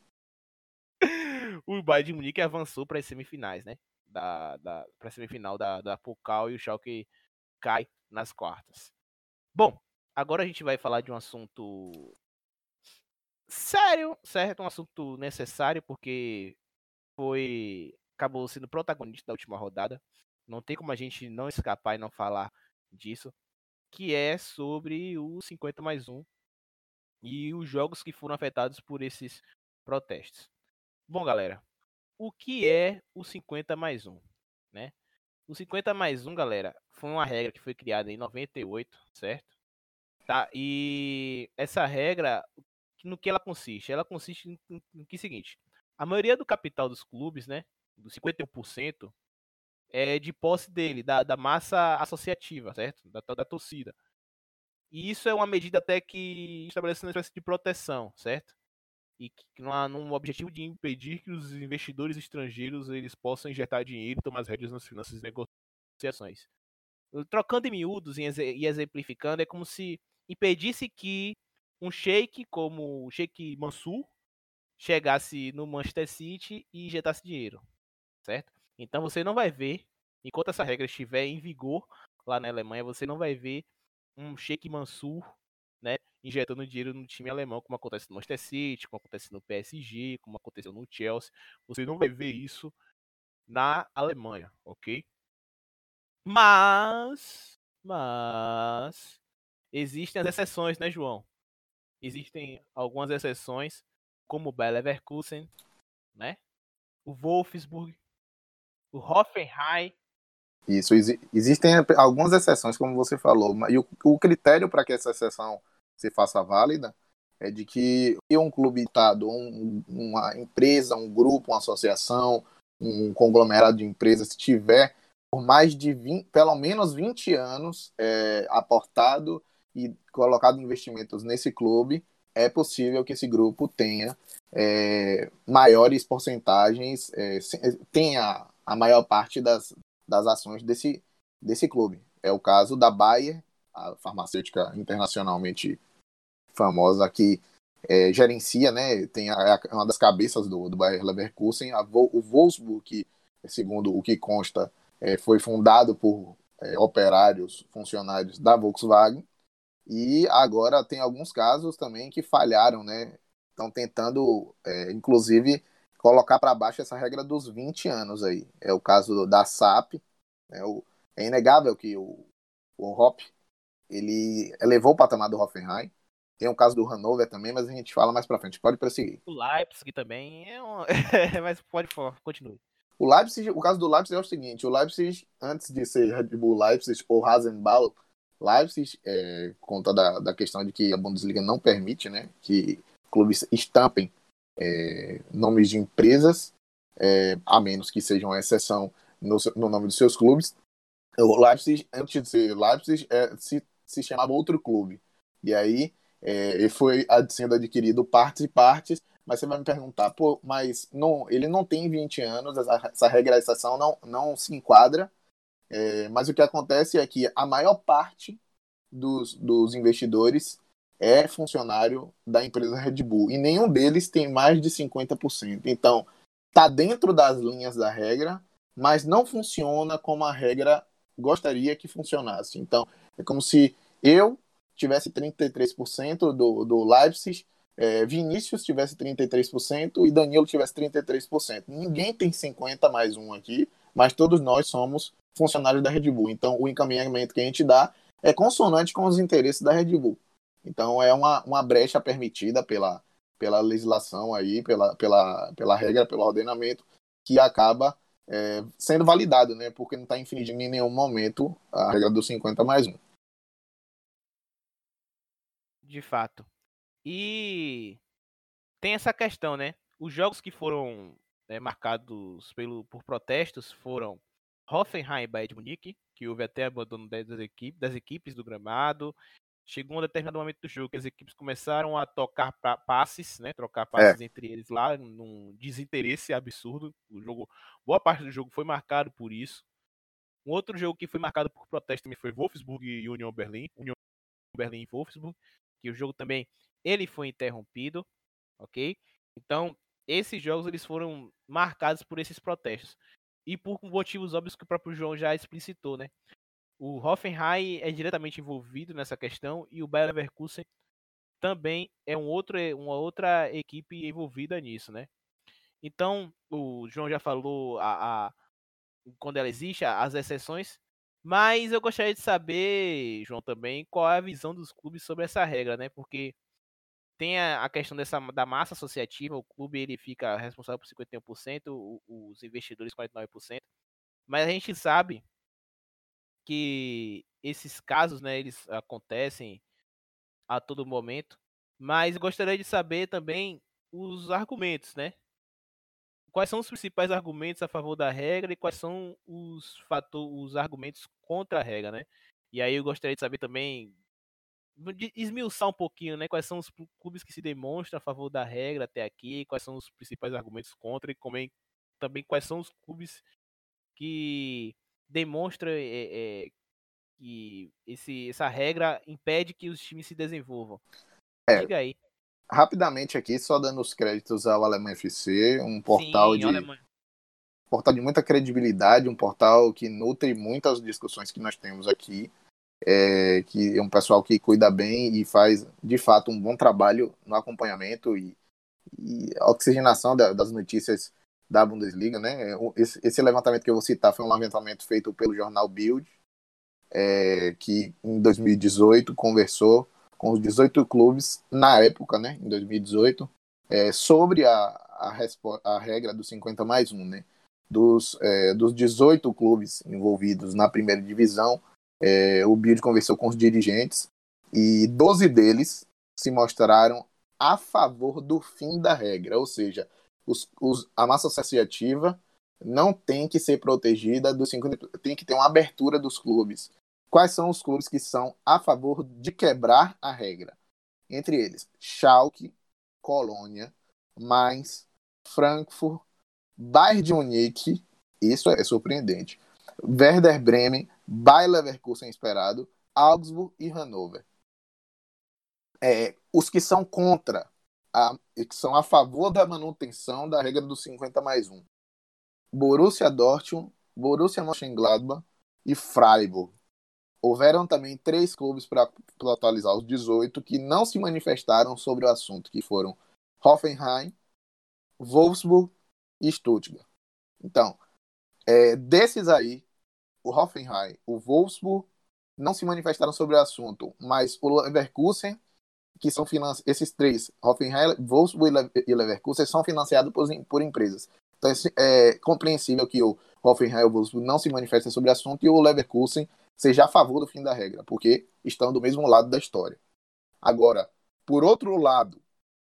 O Bayern de Munique avançou para as semifinais, né? Da, da, para a semifinal da, da Pokal e o Schalke cai nas quartas. Bom, agora a gente vai falar de um assunto sério, certo? Um assunto necessário, porque foi acabou sendo protagonista da última rodada. Não tem como a gente não escapar e não falar disso, que é sobre o cinquenta mais um e os jogos que foram afetados por esses protestos. Bom, galera, o que é o cinquenta mais um, né? O cinquenta mais um, galera, foi uma regra que foi criada em noventa e oito, certo? Tá? E essa regra, no que ela consiste? Ela consiste em, em, em que seguinte: a maioria do capital dos clubes, né, dos cinquenta e um por cento, é de posse dele, da, da massa associativa, certo? Da, da torcida. E isso é uma medida até que estabelece uma espécie de proteção, certo? E que não num objetivo de impedir que os investidores estrangeiros eles possam injetar dinheiro e tomar as rédeas nas finanças e negociações. Trocando em miúdos e exemplificando, é como se impedisse que um sheik como o Sheik Mansur chegasse no Manchester City e injetasse dinheiro, certo? Então você não vai ver, enquanto essa regra estiver em vigor lá na Alemanha, você não vai ver um Sheik Mansur, né, injetando dinheiro no time alemão, como acontece no Manchester City, como acontece no P S G, como aconteceu no Chelsea. Você não vai ver isso na Alemanha, ok? Mas, mas existem as exceções, né, João? existem algumas exceções, como o Bayer Leverkusen, né? O Wolfsburg, o Hoffenheim. Isso, exi- existem algumas exceções, como você falou, e o, o critério para que essa exceção se faça válida é de que um clube estado, um, uma empresa, um grupo, uma associação, um conglomerado de empresas tiver por mais de vinte, pelo menos vinte anos é, aportado e colocado investimentos nesse clube, é possível que esse grupo tenha é, maiores porcentagens, é, tenha a maior parte das, das ações desse, desse clube. É o caso da Bayer, a farmacêutica internacionalmente famosa que é, gerencia, né, tem a, a, uma das cabeças do, do Bayer Leverkusen, a, o Wolfsburg, que, segundo o que consta, é, foi fundado por é, operários, funcionários da Volkswagen, e agora tem alguns casos também que falharam, né, estão tentando, é, inclusive, colocar para baixo essa regra dos vinte anos aí. É o caso da S A P, né, o, é inegável que o, o Hopp, ele elevou o patamar do Hoffenheim. Tem o caso do Hannover também, mas a gente fala mais pra frente. Pode prosseguir. O Leipzig também é um... mas pode falar, continue. O Leipzig, o caso do Leipzig é o seguinte, o Leipzig, antes de ser Red Bull Leipzig ou Rasenball Leipzig, é, conta da, da questão de que a Bundesliga não permite, né, que clubes estampem é, nomes de empresas, é, a menos que sejam uma exceção no, no nome dos seus clubes. O Leipzig, antes de ser Leipzig, é, se, se chamava outro clube. E aí é, ele foi sendo adquirido partes e partes, mas você vai me perguntar, pô, mas não, ele não tem vinte anos, essa, essa regra da exceção não, não se enquadra, é, mas o que acontece é que a maior parte dos, dos investidores é funcionário da empresa Red Bull, e nenhum deles tem mais de cinquenta por cento. Então, está dentro das linhas da regra, mas não funciona como a regra gostaria que funcionasse. Então, é como se eu tivesse trinta e três por cento do, do Leipzig, é, Vinícius tivesse trinta e três por cento e Danilo tivesse trinta e três por cento. Ninguém tem cinquenta mais um aqui, mas todos nós somos funcionários da Red Bull. Então, o encaminhamento que a gente dá é consonante com os interesses da Red Bull. Então, é uma, uma brecha permitida pela, pela legislação aí, pela, pela, pela regra, pelo ordenamento, que acaba é, sendo validado, né? Porque não está infringindo em nenhum momento a regra dos cinquenta mais um. De fato. E tem essa questão, né? Os jogos que foram né, marcados pelo, por protestos foram Hoffenheim e Bayern de Munique, que houve até abandono das equipes, das equipes do gramado. Chegou um determinado momento do jogo que as equipes começaram a tocar passes, né? Trocar passes É. entre eles lá, num desinteresse absurdo. O jogo, boa parte do jogo foi marcado por isso. Um outro jogo que foi marcado por protesto também foi Wolfsburg e Union Berlin. Union Berlin e Wolfsburg, que o jogo também ele foi interrompido, ok? Então, esses jogos eles foram marcados por esses protestos. E por motivos óbvios que o próprio João já explicitou, né? O Hoffenheim é diretamente envolvido nessa questão e o Bayer Leverkusen também é um outro, uma outra equipe envolvida nisso, né? Então, o João já falou a, a, quando ela existe, as exceções, mas eu gostaria de saber, João, também, qual é a visão dos clubes sobre essa regra, né? Porque tem a, a questão dessa, da massa associativa, o clube ele fica responsável por cinquenta e um por cento, os investidores quarenta e nove por cento, mas a gente sabe que esses casos, né, eles acontecem a todo momento, mas gostaria de saber também os argumentos, né? Quais são os principais argumentos a favor da regra e quais são os fatores, os argumentos contra a regra, né? E aí eu gostaria de saber também, de esmiuçar um pouquinho, né? Quais são os clubes que se demonstram a favor da regra até aqui, quais são os principais argumentos contra e como é, também quais são os clubes que demonstram é, é, que esse, essa regra impede que os times se desenvolvam. É, Diga aí. rapidamente aqui, só dando os créditos ao Alemanha F C, um portal Sim, de Alemanha. portal de muita credibilidade, um portal que nutre muitas discussões que nós temos aqui, é, que é um pessoal que cuida bem e faz, de fato, um bom trabalho no acompanhamento e, e oxigenação da, das notícias da Bundesliga, né? Esse, esse levantamento que eu vou citar foi um levantamento feito pelo jornal Bild, é, que em dois mil e dezoito conversou com os dezoito clubes na época, né, em dois mil e dezoito, é, sobre a, a, respo- a regra dos cinquenta mais um, né? Dos, é, dos dezoito clubes envolvidos na primeira divisão, é, o Bild conversou com os dirigentes e doze deles se mostraram a favor do fim da regra, ou seja, os, os, a massa associativa não tem que ser protegida dos cinquenta, tem que ter uma abertura dos clubes. Quais são os clubes que são a favor de quebrar a regra? Entre eles, Schalke, Colônia, Mainz, Frankfurt, Bayern de Munique, isso é surpreendente, Werder Bremen, Bayer Leverkusen esperado, Augsburg e Hannover. É, os que são contra, a, que são a favor da manutenção da regra dos cinquenta mais um. Borussia Dortmund, Borussia Mönchengladbach e Freiburg. Houveram também três clubes para atualizar os dezoito que não se manifestaram sobre o assunto, que foram Hoffenheim, Wolfsburg e Stuttgart. Então, é, desses aí, o Hoffenheim, o Wolfsburg não se manifestaram sobre o assunto, mas o Leverkusen, que são financi... esses três, Hoffenheim, Wolfsburg e Leverkusen, são financiados por, por empresas. Então é compreensível que o Hoffenheim e o Wolfsburg não se manifestem sobre o assunto e o Leverkusen seja a favor do fim da regra, porque estão do mesmo lado da história. Agora, por outro lado,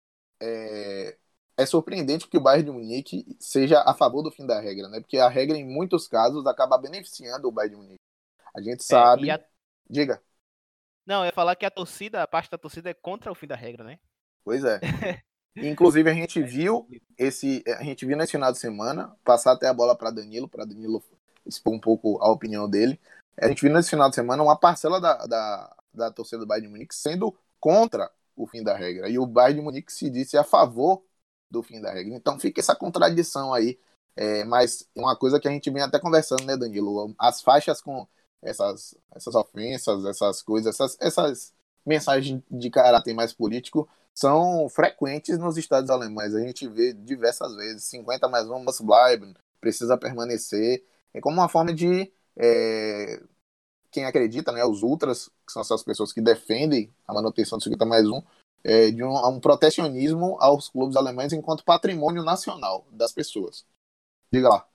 é, é surpreendente que o Bayern de Munique seja a favor do fim da regra, né? Porque a regra, em muitos casos, acaba beneficiando o Bayern de Munique. A gente sabe... É, a... Diga. Não, eu ia falar que a torcida, a parte da torcida é contra o fim da regra, né? Pois é. Inclusive, a gente viu esse, a gente viu nesse final de semana, passar até a bola para Danilo, para Danilo expor um pouco a opinião dele. A gente viu nesse final de semana uma parcela da, da, da torcida do Bayern de Munique sendo contra o fim da regra. E o Bayern de Munique se disse a favor do fim da regra. Então fica essa contradição aí. É, mas uma coisa que a gente vem até conversando, né, Danilo? As faixas com essas, essas ofensas, essas coisas, essas, essas mensagens de caráter mais político são frequentes nos estados alemães. A gente vê diversas vezes, cinquenta mais um, must bleiben, precisa permanecer. É como uma forma de... É, quem acredita, né, os ultras, que são essas pessoas que defendem a manutenção do cinquenta mais um, é, de um, um protecionismo aos clubes alemães enquanto patrimônio nacional das pessoas. Diga lá.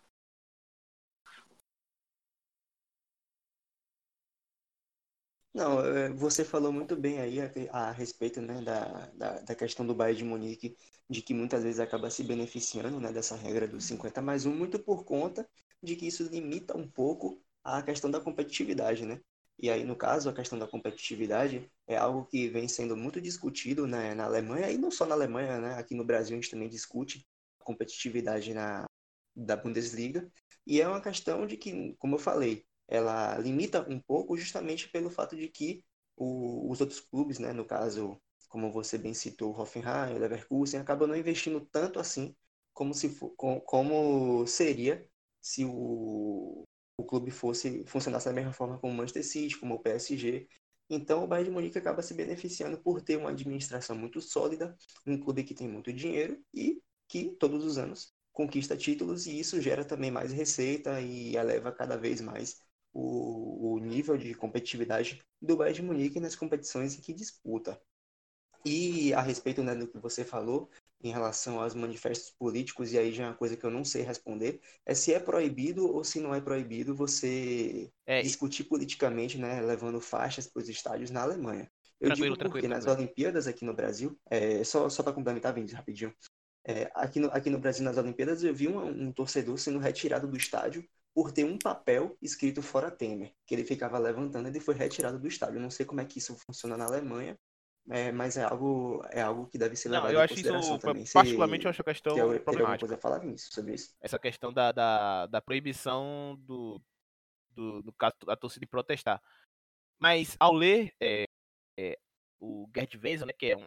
Não, é, você falou muito bem aí a, a respeito, né, da, da, da questão do Bayern de Munique, de que muitas vezes acaba se beneficiando, né, dessa regra dos cinquenta mais um, muito por conta de que isso limita um pouco a questão da competitividade, né? E aí, no caso, a questão da competitividade é algo que vem sendo muito discutido, né, na Alemanha, e não só na Alemanha, né? Aqui no Brasil a gente também discute a competitividade na, da Bundesliga, e é uma questão de que, como eu falei, ela limita um pouco justamente pelo fato de que o, os outros clubes, né, no caso, como você bem citou, o Hoffenheim, o Leverkusen, acabam não investindo tanto assim como, se for, com, como seria se o, o clube fosse funcionasse da mesma forma como o Manchester City, como o P S G. Então o Bayern de Munique acaba se beneficiando por ter uma administração muito sólida, um clube que tem muito dinheiro e que todos os anos conquista títulos, e isso gera também mais receita e eleva cada vez mais o, o nível de competitividade do Bayern de Munique nas competições em que disputa. E a respeito, né, do que você falou em relação aos manifestos políticos, e aí já é uma coisa que eu não sei responder, é se é proibido ou se não é proibido você É, discutir politicamente, né, levando faixas para os estádios na Alemanha. Eu tranquilo, digo tranquilo, porque nas tranquilo. Olimpíadas aqui no Brasil, é, só, só para complementar, Vinícius, rapidinho, é, aqui, no, aqui no Brasil, nas Olimpíadas, eu vi um, um torcedor sendo retirado do estádio por ter um papel escrito fora Temer, que ele ficava levantando e ele foi retirado do estádio. Eu não sei como é que isso funciona na Alemanha, é, mas é algo, é algo que deve ser Não, levado eu em acho consideração isso, também. particularmente, eu Você acho a tem, questão tem alguma coisa problemática. a falar, Vinícius, sobre isso? Essa questão da, da, da proibição do, do, do caso da torcida de protestar. Mas ao ler é, é, o Gerd Wenzel, né, que é um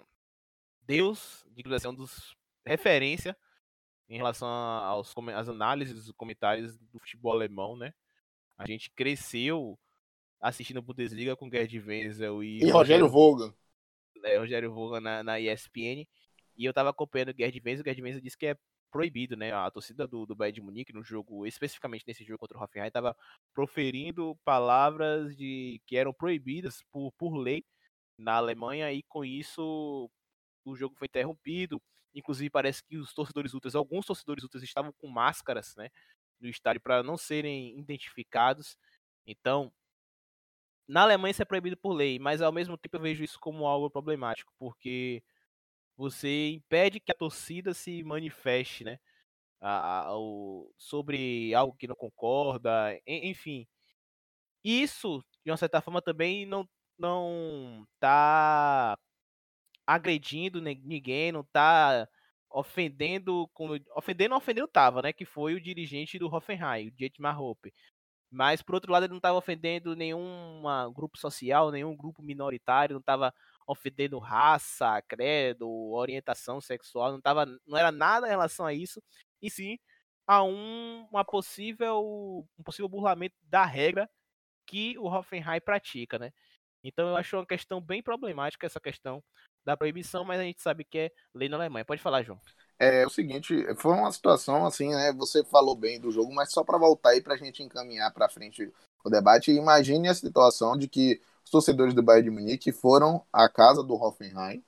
deus, digamos assim, um dos referência em relação aos às análises, os comentários do futebol alemão, né? A gente cresceu assistindo a Bundesliga com Gerd Wenzel e E Rogério Rogério Vogan. é, Rogério Vogan na, na E S P N, e eu tava acompanhando o Gerd Wenzel, o Gerd Wenzel disse que é proibido, né? A torcida do, do Bayern de Munique, no jogo, especificamente nesse jogo contra o Hoffenheim, tava proferindo palavras de que eram proibidas por, por lei na Alemanha, e com isso o jogo foi interrompido. Inclusive parece que os torcedores ultras, alguns torcedores ultras estavam com máscaras, né, no estádio para não serem identificados. Então, na Alemanha isso é proibido por lei, mas ao mesmo tempo eu vejo isso como algo problemático, porque você impede que a torcida se manifeste, né, a, a, o, sobre algo que não concorda, en, enfim. Isso, de uma certa forma, também não, não tá agredindo ninguém, não tá ofendendo, como, ofendendo, ofendendo tava, né, que foi o dirigente do Hoffenheim, o Dietmar Hopp. Mas, por outro lado, ele não estava ofendendo nenhum grupo social, nenhum grupo minoritário, não estava ofendendo raça, credo, orientação sexual, não, tava, não era nada em relação a isso, e sim a um, uma possível, um possível burlamento da regra que o Hoffenheim pratica, né? Então eu acho uma questão bem problemática essa questão da proibição, mas a gente sabe que é lei na Alemanha. Pode falar, João. É o seguinte, foi uma situação assim, né? Você falou bem do jogo, mas só para voltar aí para a gente encaminhar para frente o debate, imagine a situação de que os torcedores do Bayern de Munique foram à casa do Hoffenheim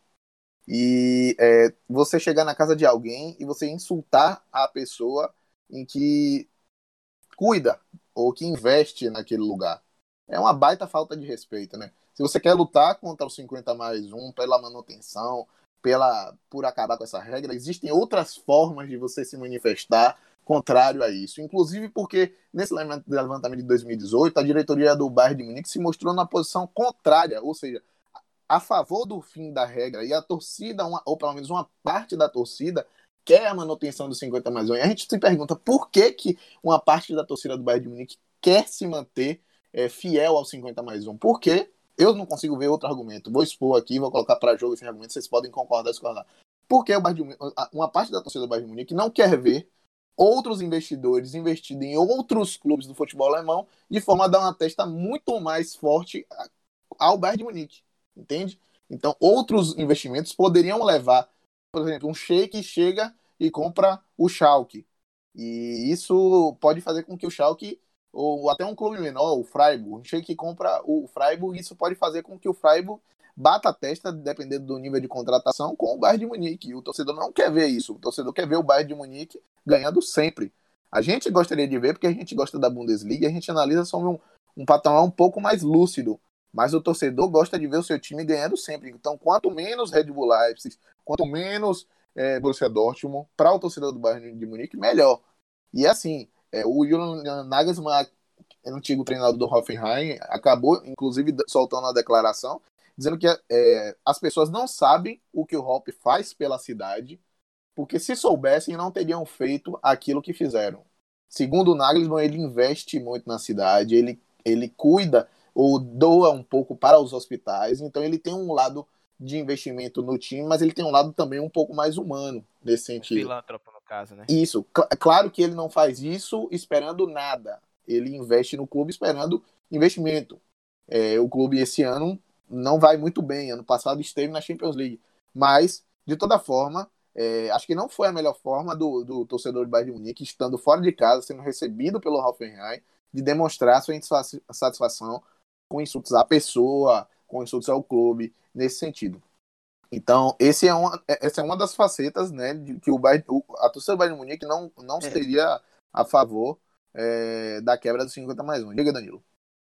e é, você chegar na casa de alguém e você insultar a pessoa em que cuida ou que investe naquele lugar. É uma baita falta de respeito, né? Se você quer lutar contra o cinquenta mais um, pela manutenção, pela, por acabar com essa regra, existem outras formas de você se manifestar contrário a isso. Inclusive porque nesse levantamento de dois mil e dezoito, a diretoria do Bayern de Munique se mostrou na posição contrária, ou seja, a favor do fim da regra, e a torcida, uma, ou pelo menos uma parte da torcida, quer a manutenção do cinquenta mais um. E a gente se pergunta por que, que uma parte da torcida do Bayern de Munique quer se manter é, fiel ao cinquenta mais um. Porque eu não consigo ver outro argumento. Vou expor aqui, vou colocar para jogo esse argumento, vocês podem concordar ou discordar. Porque o Bayern de Munique, uma parte da torcida do Bayern de Munique não quer ver outros investidores investindo em outros clubes do futebol alemão de forma a dar uma testa muito mais forte ao Bayern de Munique. Entende? Então, outros investimentos poderiam levar, por exemplo, um Sheik chega e compra o Schalke. E isso pode fazer com que o Schalke, ou até um clube menor, o Freiburg, um Sheik compra o Freiburg, e isso pode fazer com que o Freiburg bata a testa, dependendo do nível de contratação, com o Bayern de Munique. E o torcedor não quer ver isso. O torcedor quer ver o Bayern de Munique ganhando sempre. A gente gostaria de ver, porque a gente gosta da Bundesliga, a gente analisa sobre um, um patamar um pouco mais lúcido. Mas o torcedor gosta de ver o seu time ganhando sempre. Então, quanto menos Red Bull Leipzig, quanto menos é, Borussia Dortmund, para o torcedor do Bayern de Munique, melhor. E assim, é, o Julian Nagelsmann, antigo treinador do Hoffenheim, acabou, inclusive, soltando uma declaração, dizendo que é, as pessoas não sabem o que o Hopp faz pela cidade, porque se soubessem, não teriam feito aquilo que fizeram. Segundo o Nagelsmann, ele investe muito na cidade, ele, ele cuida ou doa um pouco para os hospitais, então ele tem um lado de investimento no time, mas ele tem um lado também um pouco mais humano nesse sentido. Filântropo, no caso, né? Isso, cl- claro que ele não faz isso esperando nada, ele investe no clube esperando investimento. É, o clube esse ano não vai muito bem, ano passado esteve na Champions League, mas, de toda forma, é, acho que não foi a melhor forma do, do torcedor de Bayern de Munique, estando fora de casa, sendo recebido pelo Hoffenheim, de demonstrar sua insatisfação com insultos à pessoa, com insultos ao clube, nesse sentido. Então, esse é uma, essa é uma das facetas, né, de que o, Bayern, a torcida do Bayern de Munique não, não É. seria a favor é, da quebra do cinquenta mais um. Diga, Danilo.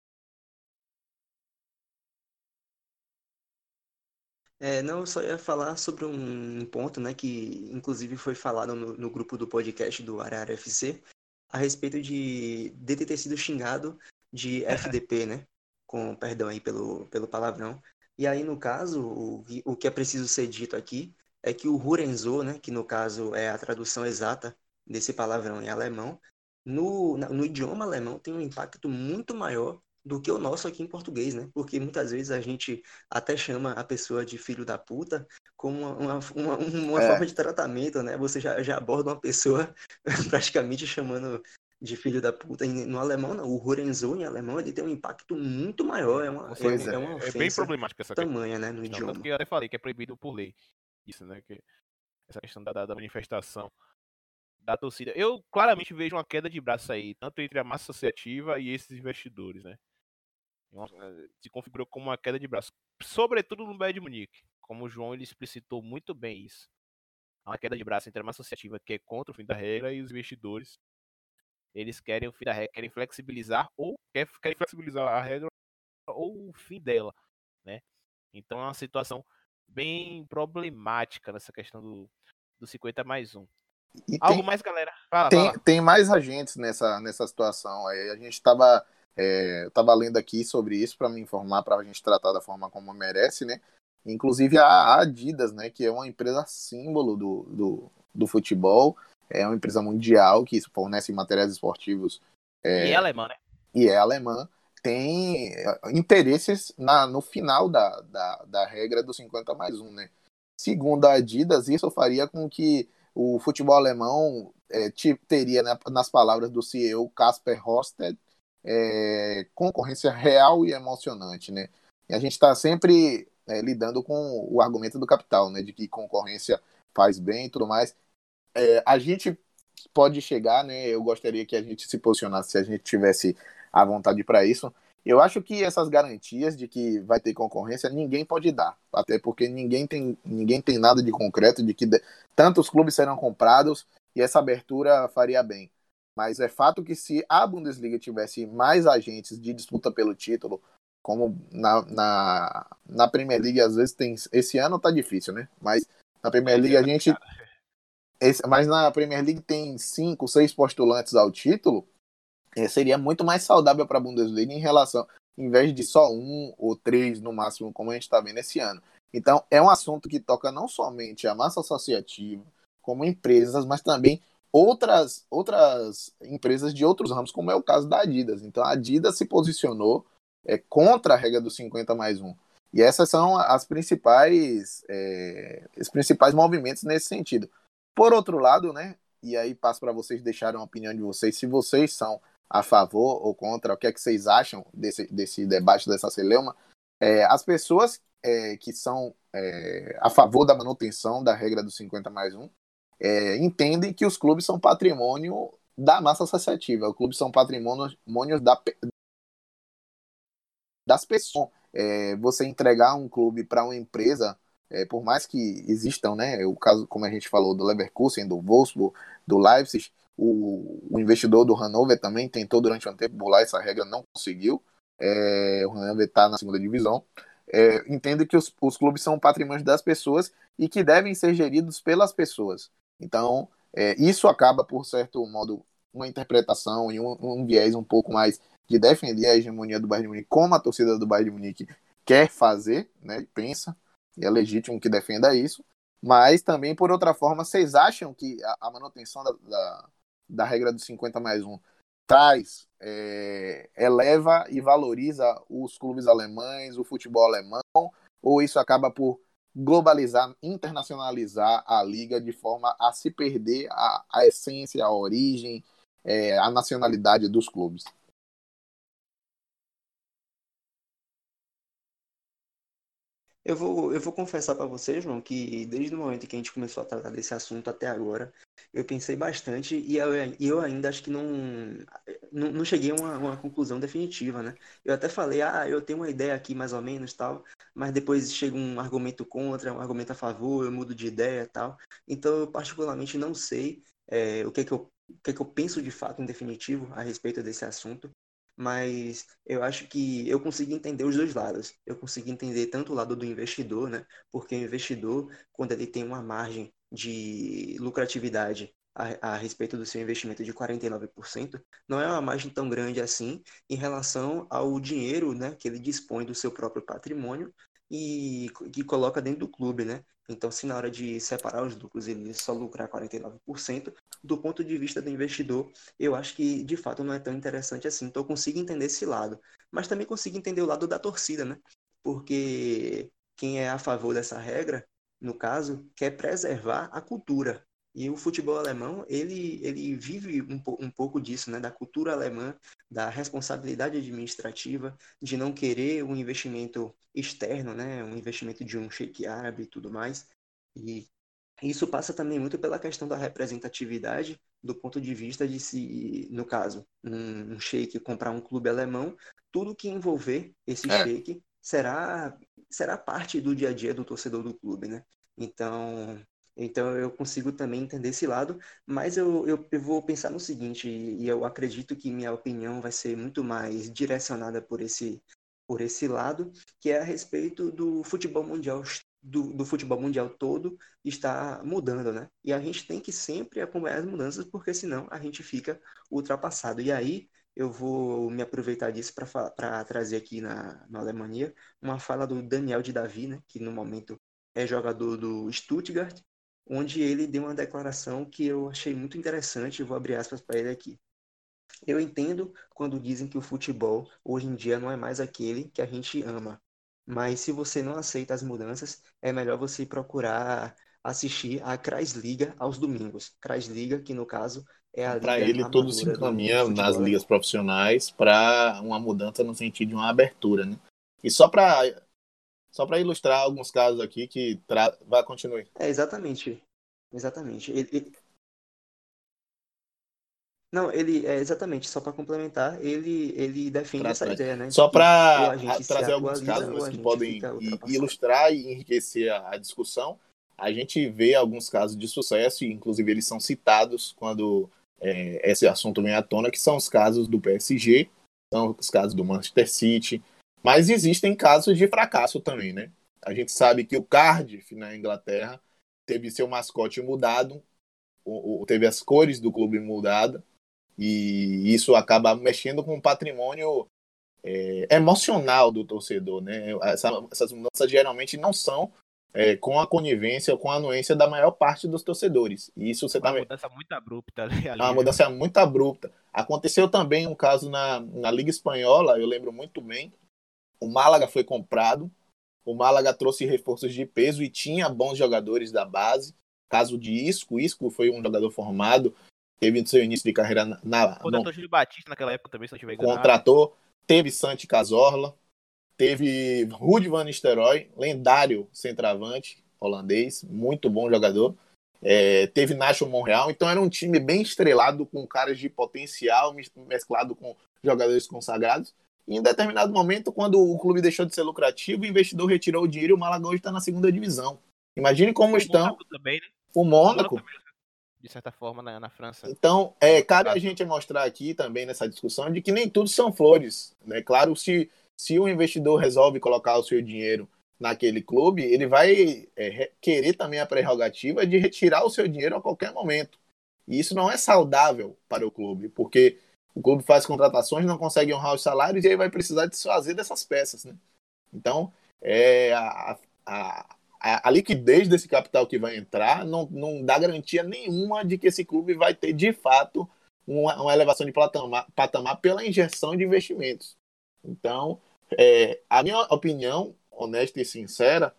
É, não, eu só ia falar sobre um ponto, né, que inclusive foi falado no, no grupo do podcast do Arara F C, a respeito de dele ter sido xingado de F D P, né, com perdão aí pelo, pelo palavrão. E aí, no caso, o, que- o que é preciso ser dito aqui é que o Hurenzo, né, que no caso é a tradução exata desse palavrão em alemão, no, na- no idioma alemão tem um impacto muito maior do que o nosso aqui em português, né? Porque muitas vezes a gente até chama a pessoa de filho da puta como uma, uma, uma, uma É, forma de tratamento, né? Você já, já aborda uma pessoa praticamente chamando de filho da puta. E no alemão, não. O Hurensohn em alemão ele tem um impacto muito maior. É uma, Com é, pois um- certeza. é é. uma É, é bem ofensa problemática essa tamanha, né? No questão. Tanto idioma. que eu até falei que é proibido por lei. Isso, né? Que essa questão da, da manifestação da torcida. Eu claramente vejo uma queda de braço aí, tanto entre a massa associativa e esses investidores, né? Se configurou como uma queda de braço, sobretudo no Bayern de Munique, como o João ele explicitou muito bem isso. Há uma queda de braço entre a massa associativa, que é contra o fim da regra, e os investidores, eles querem o fim da regra, querem flexibilizar ou querem flexibilizar a regra ou o fim dela, né? Então é uma situação bem problemática nessa questão do, do cinquenta mais um. E Algo tem, mais, galera? Fala, tem, fala. tem mais agentes nessa, nessa situação. Aí a gente estava é, tava lendo aqui sobre isso para me informar, para a gente tratar da forma como merece, né? Inclusive a Adidas, né? Que é uma empresa símbolo do, do, do futebol, é uma empresa mundial que fornece materiais esportivos. É, e é É, alemã, né? e é alemã, tem interesses na, no final da, da, da regra do cinquenta mais um, né? Segundo a Adidas, isso faria com que o futebol alemão é, teria, né, nas palavras do C E O Kasper Rosted, é, concorrência real e emocionante, né? E a gente está sempre é, lidando com o argumento do capital, né? De que concorrência faz bem e tudo mais. É, a gente pode chegar, né? Eu gostaria que a gente se posicionasse se a gente tivesse a vontade para isso. Eu acho que essas garantias de que vai ter concorrência ninguém pode dar, até porque ninguém tem, ninguém tem nada de concreto de que de, tantos clubes serão comprados e essa abertura faria bem. Mas é fato que se a Bundesliga tivesse mais agentes de disputa pelo título, como na, na, na Premier League às vezes tem, esse ano tá difícil, né? Mas na Premier Esse League é a gente complicado. esse, mas na Premier League tem cinco, seis postulantes ao título, é, seria muito mais saudável para a Bundesliga em relação, em vez de só um ou três no máximo, como a gente está vendo esse ano. Então, é um assunto que toca não somente a massa associativa, como empresas, mas também outras, outras empresas de outros ramos, como é o caso da Adidas. Então, a Adidas se posicionou é, contra a regra do cinquenta mais um. E essas são as principais, é, os principais movimentos nesse sentido. Por outro lado, né, e aí passo para vocês deixarem a opinião de vocês, se vocês são a favor ou contra, o que é que vocês acham desse, desse debate, dessa celeuma, é, as pessoas é, que são é, a favor da manutenção da regra do cinquenta mais um é, entendem que os clubes são patrimônio da massa associativa, os clubes são patrimônios da, das pessoas. É, você entregar um clube para uma empresa, é, por mais que existam, né, o caso, como a gente falou, do Leverkusen, do Wolfsburg, do Leipzig, o, o investidor do Hannover também tentou durante um tempo burlar essa regra, não conseguiu. É, o Hannover está na segunda divisão. É, entende que os, os clubes são patrimônio das pessoas e que devem ser geridos pelas pessoas. Então, é, isso acaba, por certo modo, uma interpretação e um, um viés um pouco mais de defender a hegemonia do Bayern de Munique, como a torcida do Bayern de Munique quer fazer, né, pensa, e é legítimo que defenda isso, mas também, por outra forma, vocês acham que a, a manutenção da, da, da regra do cinquenta mais um traz, é, eleva e valoriza os clubes alemães, o futebol alemão, ou isso acaba por globalizar, internacionalizar a liga de forma a se perder a, a essência, a origem, é, a nacionalidade dos clubes? Eu vou, eu vou confessar para você, João, que desde o momento que a gente começou a tratar desse assunto até agora, eu pensei bastante e eu, e eu ainda acho que não, não, não cheguei a uma, uma conclusão definitiva, né? Eu até falei, ah, eu tenho uma ideia aqui mais ou menos tal, mas depois chega um argumento contra, um argumento a favor, eu mudo de ideia e tal. Então, eu particularmente não sei é, o que é que eu, o que é que eu penso de fato em definitivo a respeito desse assunto. Mas eu acho que eu consegui entender os dois lados. Eu consegui entender tanto o lado do investidor, né? Porque o investidor, quando ele tem uma margem de lucratividade a, a respeito do seu investimento de quarenta e nove por cento, não é uma margem tão grande assim em relação ao dinheiro, né, que ele dispõe do seu próprio patrimônio e que coloca dentro do clube, né? Então, se na hora de separar os lucros ele só lucrar quarenta e nove por cento, do ponto de vista do investidor, eu acho que de fato não é tão interessante assim. Então eu consigo entender esse lado, mas também consigo entender o lado da torcida, né? Porque quem é a favor dessa regra, no caso, quer preservar a cultura. E o futebol alemão, ele, ele vive um, um pouco disso, né? Da cultura alemã, da responsabilidade administrativa, de não querer um investimento externo, né? Um investimento de um sheik árabe e tudo mais. E Isso passa também muito pela questão da representatividade, do ponto de vista de se, no caso, um, um sheik comprar um clube alemão, tudo que envolver esse É, sheik será, será parte do dia a dia do torcedor do clube, né? Então, então eu consigo também entender esse lado, mas eu, eu, eu vou pensar no seguinte, e eu acredito que minha opinião vai ser muito mais direcionada por esse, por esse lado, que é a respeito do futebol mundial, do, do futebol mundial todo está mudando, né? E a gente tem que sempre acompanhar as mudanças, porque senão a gente fica ultrapassado. E aí eu vou me aproveitar disso para trazer aqui na, na Alemanha uma fala do Daniel de Davi, né? Que no momento é jogador do Stuttgart, onde ele deu uma declaração que eu achei muito interessante, eu vou abrir aspas para ele aqui. Eu entendo quando dizem que o futebol hoje em dia não é mais aquele que a gente ama, mas se você não aceita as mudanças, é melhor você procurar assistir a Kreisliga aos domingos. Kreisliga, que no caso é a então, para liga ele, tudo se amadora do, do encaminha nas futebol ligas alemão. profissionais para uma mudança no sentido de uma abertura, né? E só para só para ilustrar alguns casos aqui que tra... vai continuar. É, exatamente. Exatamente. Ele, ele- não, ele é exatamente, só para complementar, ele, ele defende Para essa trás. ideia, né, de Só que ou a para gente se trazer alguns casos, atualiza ou mas a que gente podem fica i- ultrapassado. ilustrar e enriquecer a, a discussão, a gente vê alguns casos de sucesso, e inclusive eles são citados quando é, esse assunto vem à tona, que são os casos do P S G, são os casos do Manchester City, mas existem casos de fracasso também, né? A gente sabe que o Cardiff, na Inglaterra, teve seu mascote mudado, o, o, teve as cores do clube mudadas, e isso acaba mexendo com o patrimônio é, emocional do torcedor, né? Essa, essas mudanças geralmente não são é, com a conivência, com a anuência da maior parte dos torcedores. E isso você Foi tá, uma é mudança muito abrupta ali, uma viu? mudança muito abrupta. Aconteceu também um caso na, na Liga Espanhola, eu lembro muito bem. O Málaga foi comprado, o Málaga trouxe reforços de peso e tinha bons jogadores da base. Caso de Isco, Isco foi um jogador formado, teve seu início de carreira na, na, no, Contratou Júlio Batista naquela época também, se não estiver enganado. contratou, teve Santi Cazorla, teve Ruud van Nistelrooy, lendário centroavante holandês, muito bom jogador. É, teve Nacho Monreal, então era um time bem estrelado, com caras de potencial, mesclado com jogadores consagrados. E em determinado momento, quando o clube deixou de ser lucrativo, o investidor retirou o dinheiro e o Málaga hoje está na segunda divisão. Imagine como O estão Mônaco também, né? o O Mônaco Mônaco. também, de certa forma, na, na França. Então, No é, ano cabe a passado. gente mostrar aqui também nessa discussão de que nem tudo são flores. Né? Claro, se, se o investidor resolve colocar o seu dinheiro naquele clube, ele vai é, querer também a prerrogativa de retirar o seu dinheiro a qualquer momento. E isso não é saudável para o clube, porque o clube faz contratações, não consegue honrar os salários e aí vai precisar desfazer dessas peças. Né? Então, é, a, a, a, a liquidez desse capital que vai entrar não, não dá garantia nenhuma de que esse clube vai ter, de fato, uma, uma elevação de patamar, patamar pela injeção de investimentos. Então, é, a minha opinião, honesta e sincera,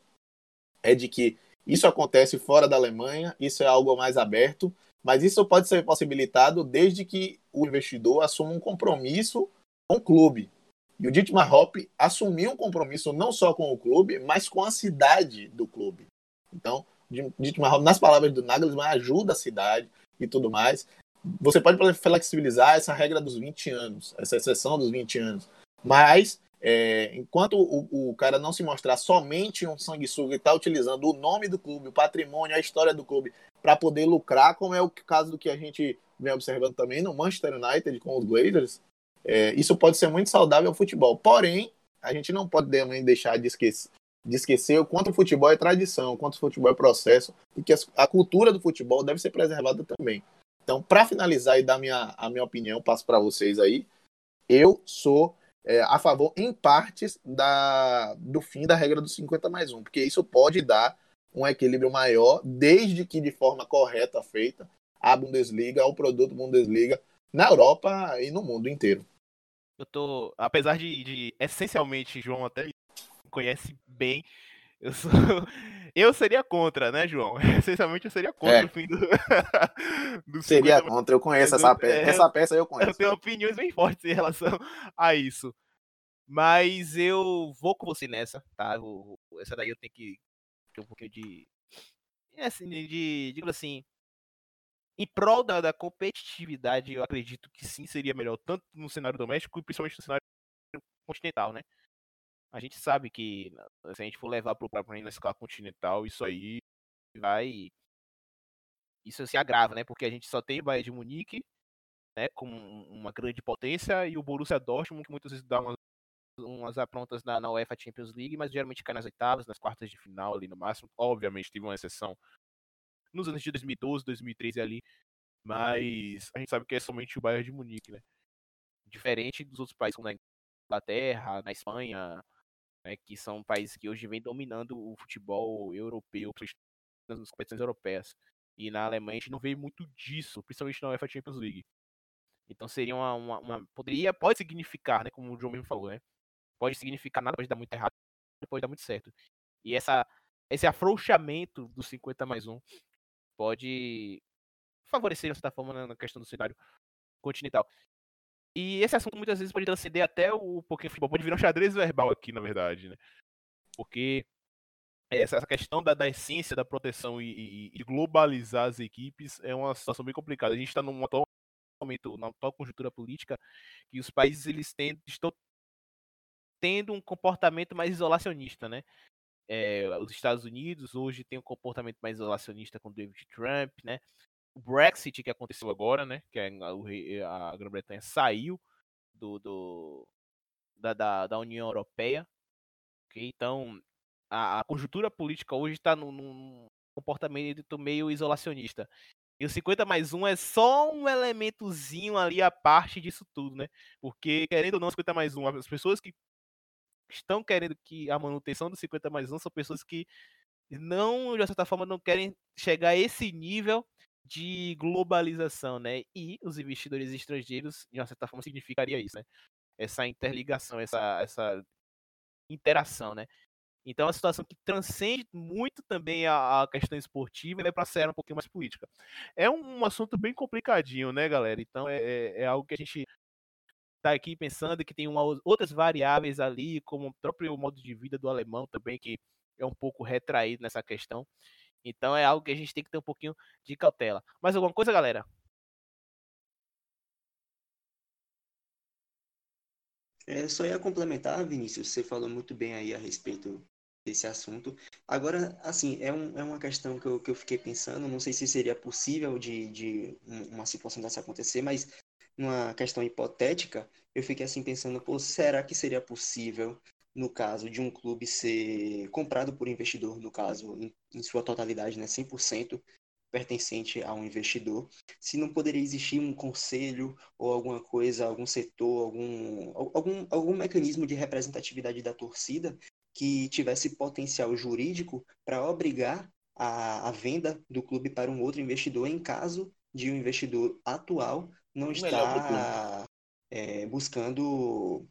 é de que isso acontece fora da Alemanha, isso é algo mais aberto, mas isso pode ser possibilitado desde que o investidor assuma um compromisso com o clube. E o Dietmar Hopp assumiu um compromisso não só com o clube, mas com a cidade do clube. Então, Dietmar Hopp, nas palavras do Nagelsmann, ajuda a cidade e tudo mais. Você pode flexibilizar essa regra dos vinte anos, essa exceção dos vinte anos, mas é, enquanto o, o cara não se mostrar somente um sanguessuga e está utilizando o nome do clube, o patrimônio, a história do clube para poder lucrar, como é o caso do que a gente vem observando também no Manchester United com os Glazers, é, isso pode ser muito saudável ao futebol. Porém, a gente não pode também deixar de esquecer, de esquecer o quanto o futebol é tradição, o quanto o futebol é processo, e que a cultura do futebol deve ser preservada também. Então, para finalizar e dar minha, a minha opinião, passo para vocês aí, eu sou é, a favor, em partes, da, do fim da regra dos cinquenta mais um, porque isso pode dar um equilíbrio maior, desde que de forma correta feita, a Bundesliga, o produto Bundesliga, na Europa e no mundo inteiro. Eu tô, apesar de, de essencialmente, João até me conhece bem, eu sou, eu seria contra, né, João? Essencialmente eu seria contra É, o fim do, do seria cinquenta contra, eu conheço mais um. essa peça, É, essa peça eu eu conheço. tenho opiniões bem fortes em relação a isso. Mas eu vou com você nessa, tá? Eu- essa daí eu tenho que ter um pouquinho de. assim, de, digamos assim, em prol da, da competitividade, eu acredito que sim seria melhor, tanto no cenário doméstico e principalmente no cenário continental, né? A gente sabe que se a gente for levar para o na escala continental, isso aí vai. Isso se agrava, né? Porque a gente só tem o Bayern de Munique, né, como uma grande potência, e o Borussia Dortmund, que muitas vezes dá umas, umas aprontas na, na UEFA Champions League, mas geralmente cai nas oitavas, nas quartas de final ali no máximo. Obviamente teve uma exceção nos anos de dois mil e doze, dois mil e treze ali, mas a gente sabe que é somente o Bayern de Munique, né? Diferente dos outros países, como na Inglaterra, na Espanha, né, que são países que hoje vêm dominando o futebol europeu nas competições europeias. E na Alemanha a gente não vê muito disso, principalmente na UEFA Champions League. Então seria uma, uma, uma, poderia, pode significar, né, como o João mesmo falou, né? Pode significar nada, pode dar muito errado, pode dar muito certo. E essa, esse afrouxamento do cinquenta mais um pode favorecer, de certa forma, na questão do cenário continental. E esse assunto muitas vezes pode transcender até o pouquinho futebol, pode virar um xadrez verbal aqui, na verdade, né? Porque essa questão da, da essência da proteção e, e, e globalizar as equipes é uma situação bem complicada. A gente está num atual momento, na atual conjuntura política, que os países eles têm, estão tendo um comportamento mais isolacionista, né? É, os Estados Unidos hoje tem um comportamento mais isolacionista com David Trump, né? O Brexit que aconteceu agora, né? Que a, a Grã-Bretanha saiu do, do da, da, da União Europeia, okay? Então a, a conjuntura política hoje está num, num comportamento meio isolacionista. E o cinquenta mais um é só um elementozinho ali à parte disso tudo, né? Porque, querendo ou não, cinquenta mais um, as pessoas que estão querendo que a manutenção do cinquenta mais um são pessoas que não, de certa forma, não querem chegar a esse nível de globalização, né? E os investidores estrangeiros, de uma certa forma, significaria isso, né? Essa interligação, essa, essa interação, né? Então é uma situação que transcende muito também a, a questão esportiva e vai para a série um pouquinho mais política. É um, um assunto bem complicadinho, né, galera? Então é, é, é algo que a gente está aqui pensando que tem uma, outras variáveis ali, como o próprio modo de vida do alemão também, que é um pouco retraído nessa questão. Então é algo que a gente tem que ter um pouquinho de cautela. Mais alguma coisa, galera? É, só ia complementar, Vinícius, você falou muito bem aí a respeito desse assunto. Agora, assim, é, um, é uma questão que eu, que eu fiquei pensando, não sei se seria possível de, de uma situação dessa acontecer, mas numa questão hipotética, eu fiquei assim pensando, pô, será que seria possível, no caso de um clube ser comprado por investidor, no caso, em, em sua totalidade, né, cem por cento pertencente a um investidor, se não poderia existir um conselho ou alguma coisa, algum setor, algum, algum, algum mecanismo de representatividade da torcida que tivesse potencial jurídico para obrigar a, a venda do clube para um outro investidor em caso de um investidor atual não O melhor pro clube. estar é, buscando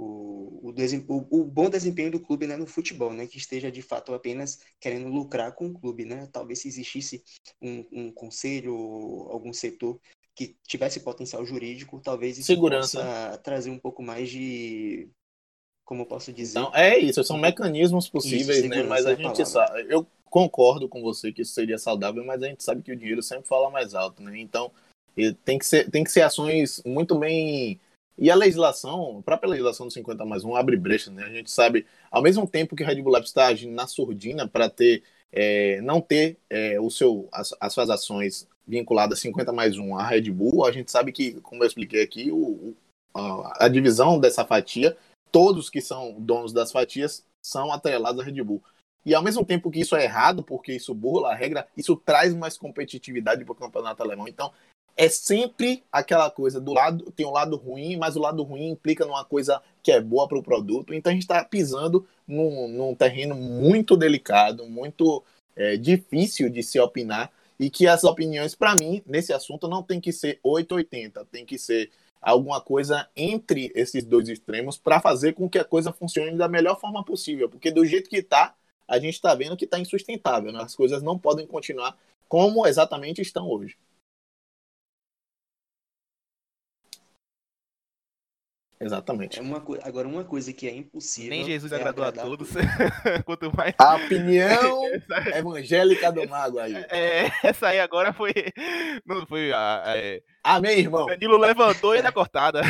o, o, desem, o, o bom desempenho do clube, né, no futebol, né, que esteja de fato apenas querendo lucrar com o clube, né? Talvez se existisse um, um conselho, algum setor que tivesse potencial jurídico, talvez isso Segurança. possa trazer um pouco mais de, como eu posso Então, dizer, é isso, são um pouco mecanismos isso, possíveis, né? Mas segurança é a a gente palavra. sabe, eu concordo com você que isso seria saudável, mas a gente sabe que o dinheiro sempre fala mais alto, né? Então, tem que ser, tem que ser ações muito bem. E a legislação, a própria legislação do cinquenta mais um abre brecha, né? A gente sabe, ao mesmo tempo que o Red Bull Labs está agindo na surdina para ter, é, não ter é, o seu, as, as suas ações vinculadas a cinquenta mais um à Red Bull, a gente sabe que, como eu expliquei aqui, o, a, a divisão dessa fatia todos que são donos das fatias são atrelados à Red Bull. E ao mesmo tempo que isso é errado, porque isso burla a regra, isso traz mais competitividade para o campeonato alemão. Então, é sempre aquela coisa do lado, tem um lado ruim, mas o lado ruim implica numa coisa que é boa para o produto. Então, a gente está pisando num, num terreno muito delicado, muito é, difícil de se opinar, e que as opiniões, para mim, nesse assunto, não tem que ser oito ou oitenta, tem que ser alguma coisa entre esses dois extremos para fazer com que a coisa funcione da melhor forma possível, porque do jeito que está, a gente está vendo que está insustentável, né? As coisas não podem continuar como exatamente estão hoje. Exatamente. É uma co... Agora, uma coisa que é impossível Nem Jesus é agradou a agradar todos. todos. Quanto mais. A opinião Essa, evangélica do Mago aí. é, essa aí agora foi. Não foi a. É, Amém, irmão. Danilo levantou e dá cortada.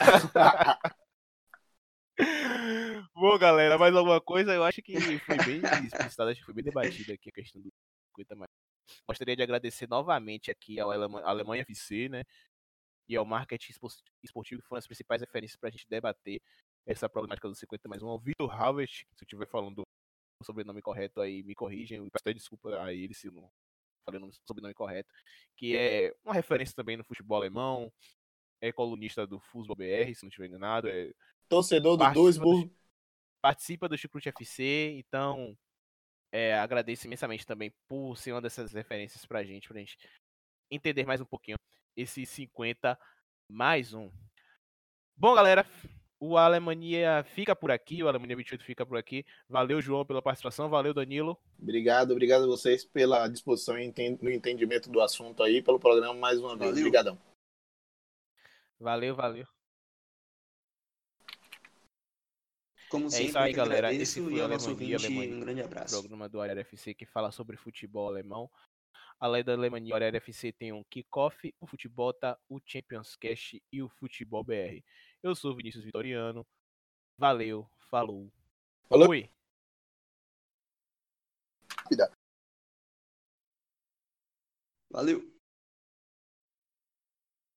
Bom, galera, mais alguma coisa? Eu acho que foi bem explicitado, acho que foi bem debatida aqui a questão do cinquenta mais. Gostaria de agradecer novamente aqui ao Alemanha, Alemanha F C, né? E ao marketing esportivo, que foram as principais referências para a gente debater essa problemática do cinquenta mais um. Ao Vitor Harvest, se eu estiver falando o sobrenome correto aí, me corrigem, peço até desculpa a ele se não falei o sobrenome correto, que é uma referência também no futebol alemão, é colunista do Futebol B R, se não estiver enganado, é Torcedor do participa do, Duisburg. participa do Chucrute F C, então é, agradeço imensamente também por ser uma dessas referências pra gente, pra gente entender mais um pouquinho esse cinquenta mais um. Bom, galera, o Alemanha fica por aqui, o Alemanha vinte e oito fica por aqui. Valeu, João, pela participação, valeu, Danilo. Obrigado, obrigado a vocês pela disposição e no entendimento do assunto aí, pelo programa mais uma vez. Valeu. Obrigadão. Valeu, valeu. Como É sempre, isso aí, eu galera. agradeço Esse foi e o ao nosso Alemanha, ouvinte, Alemanha, um grande abraço. programa do Arara F C que fala sobre futebol alemão. Além da Alemanha, o Arara F C tem um Kickoff, o Futebol tá, o Champions Cash e o Futebol B R. Eu sou o Vinícius Vitoriano. Valeu, falou. Falou. Fui. Valeu.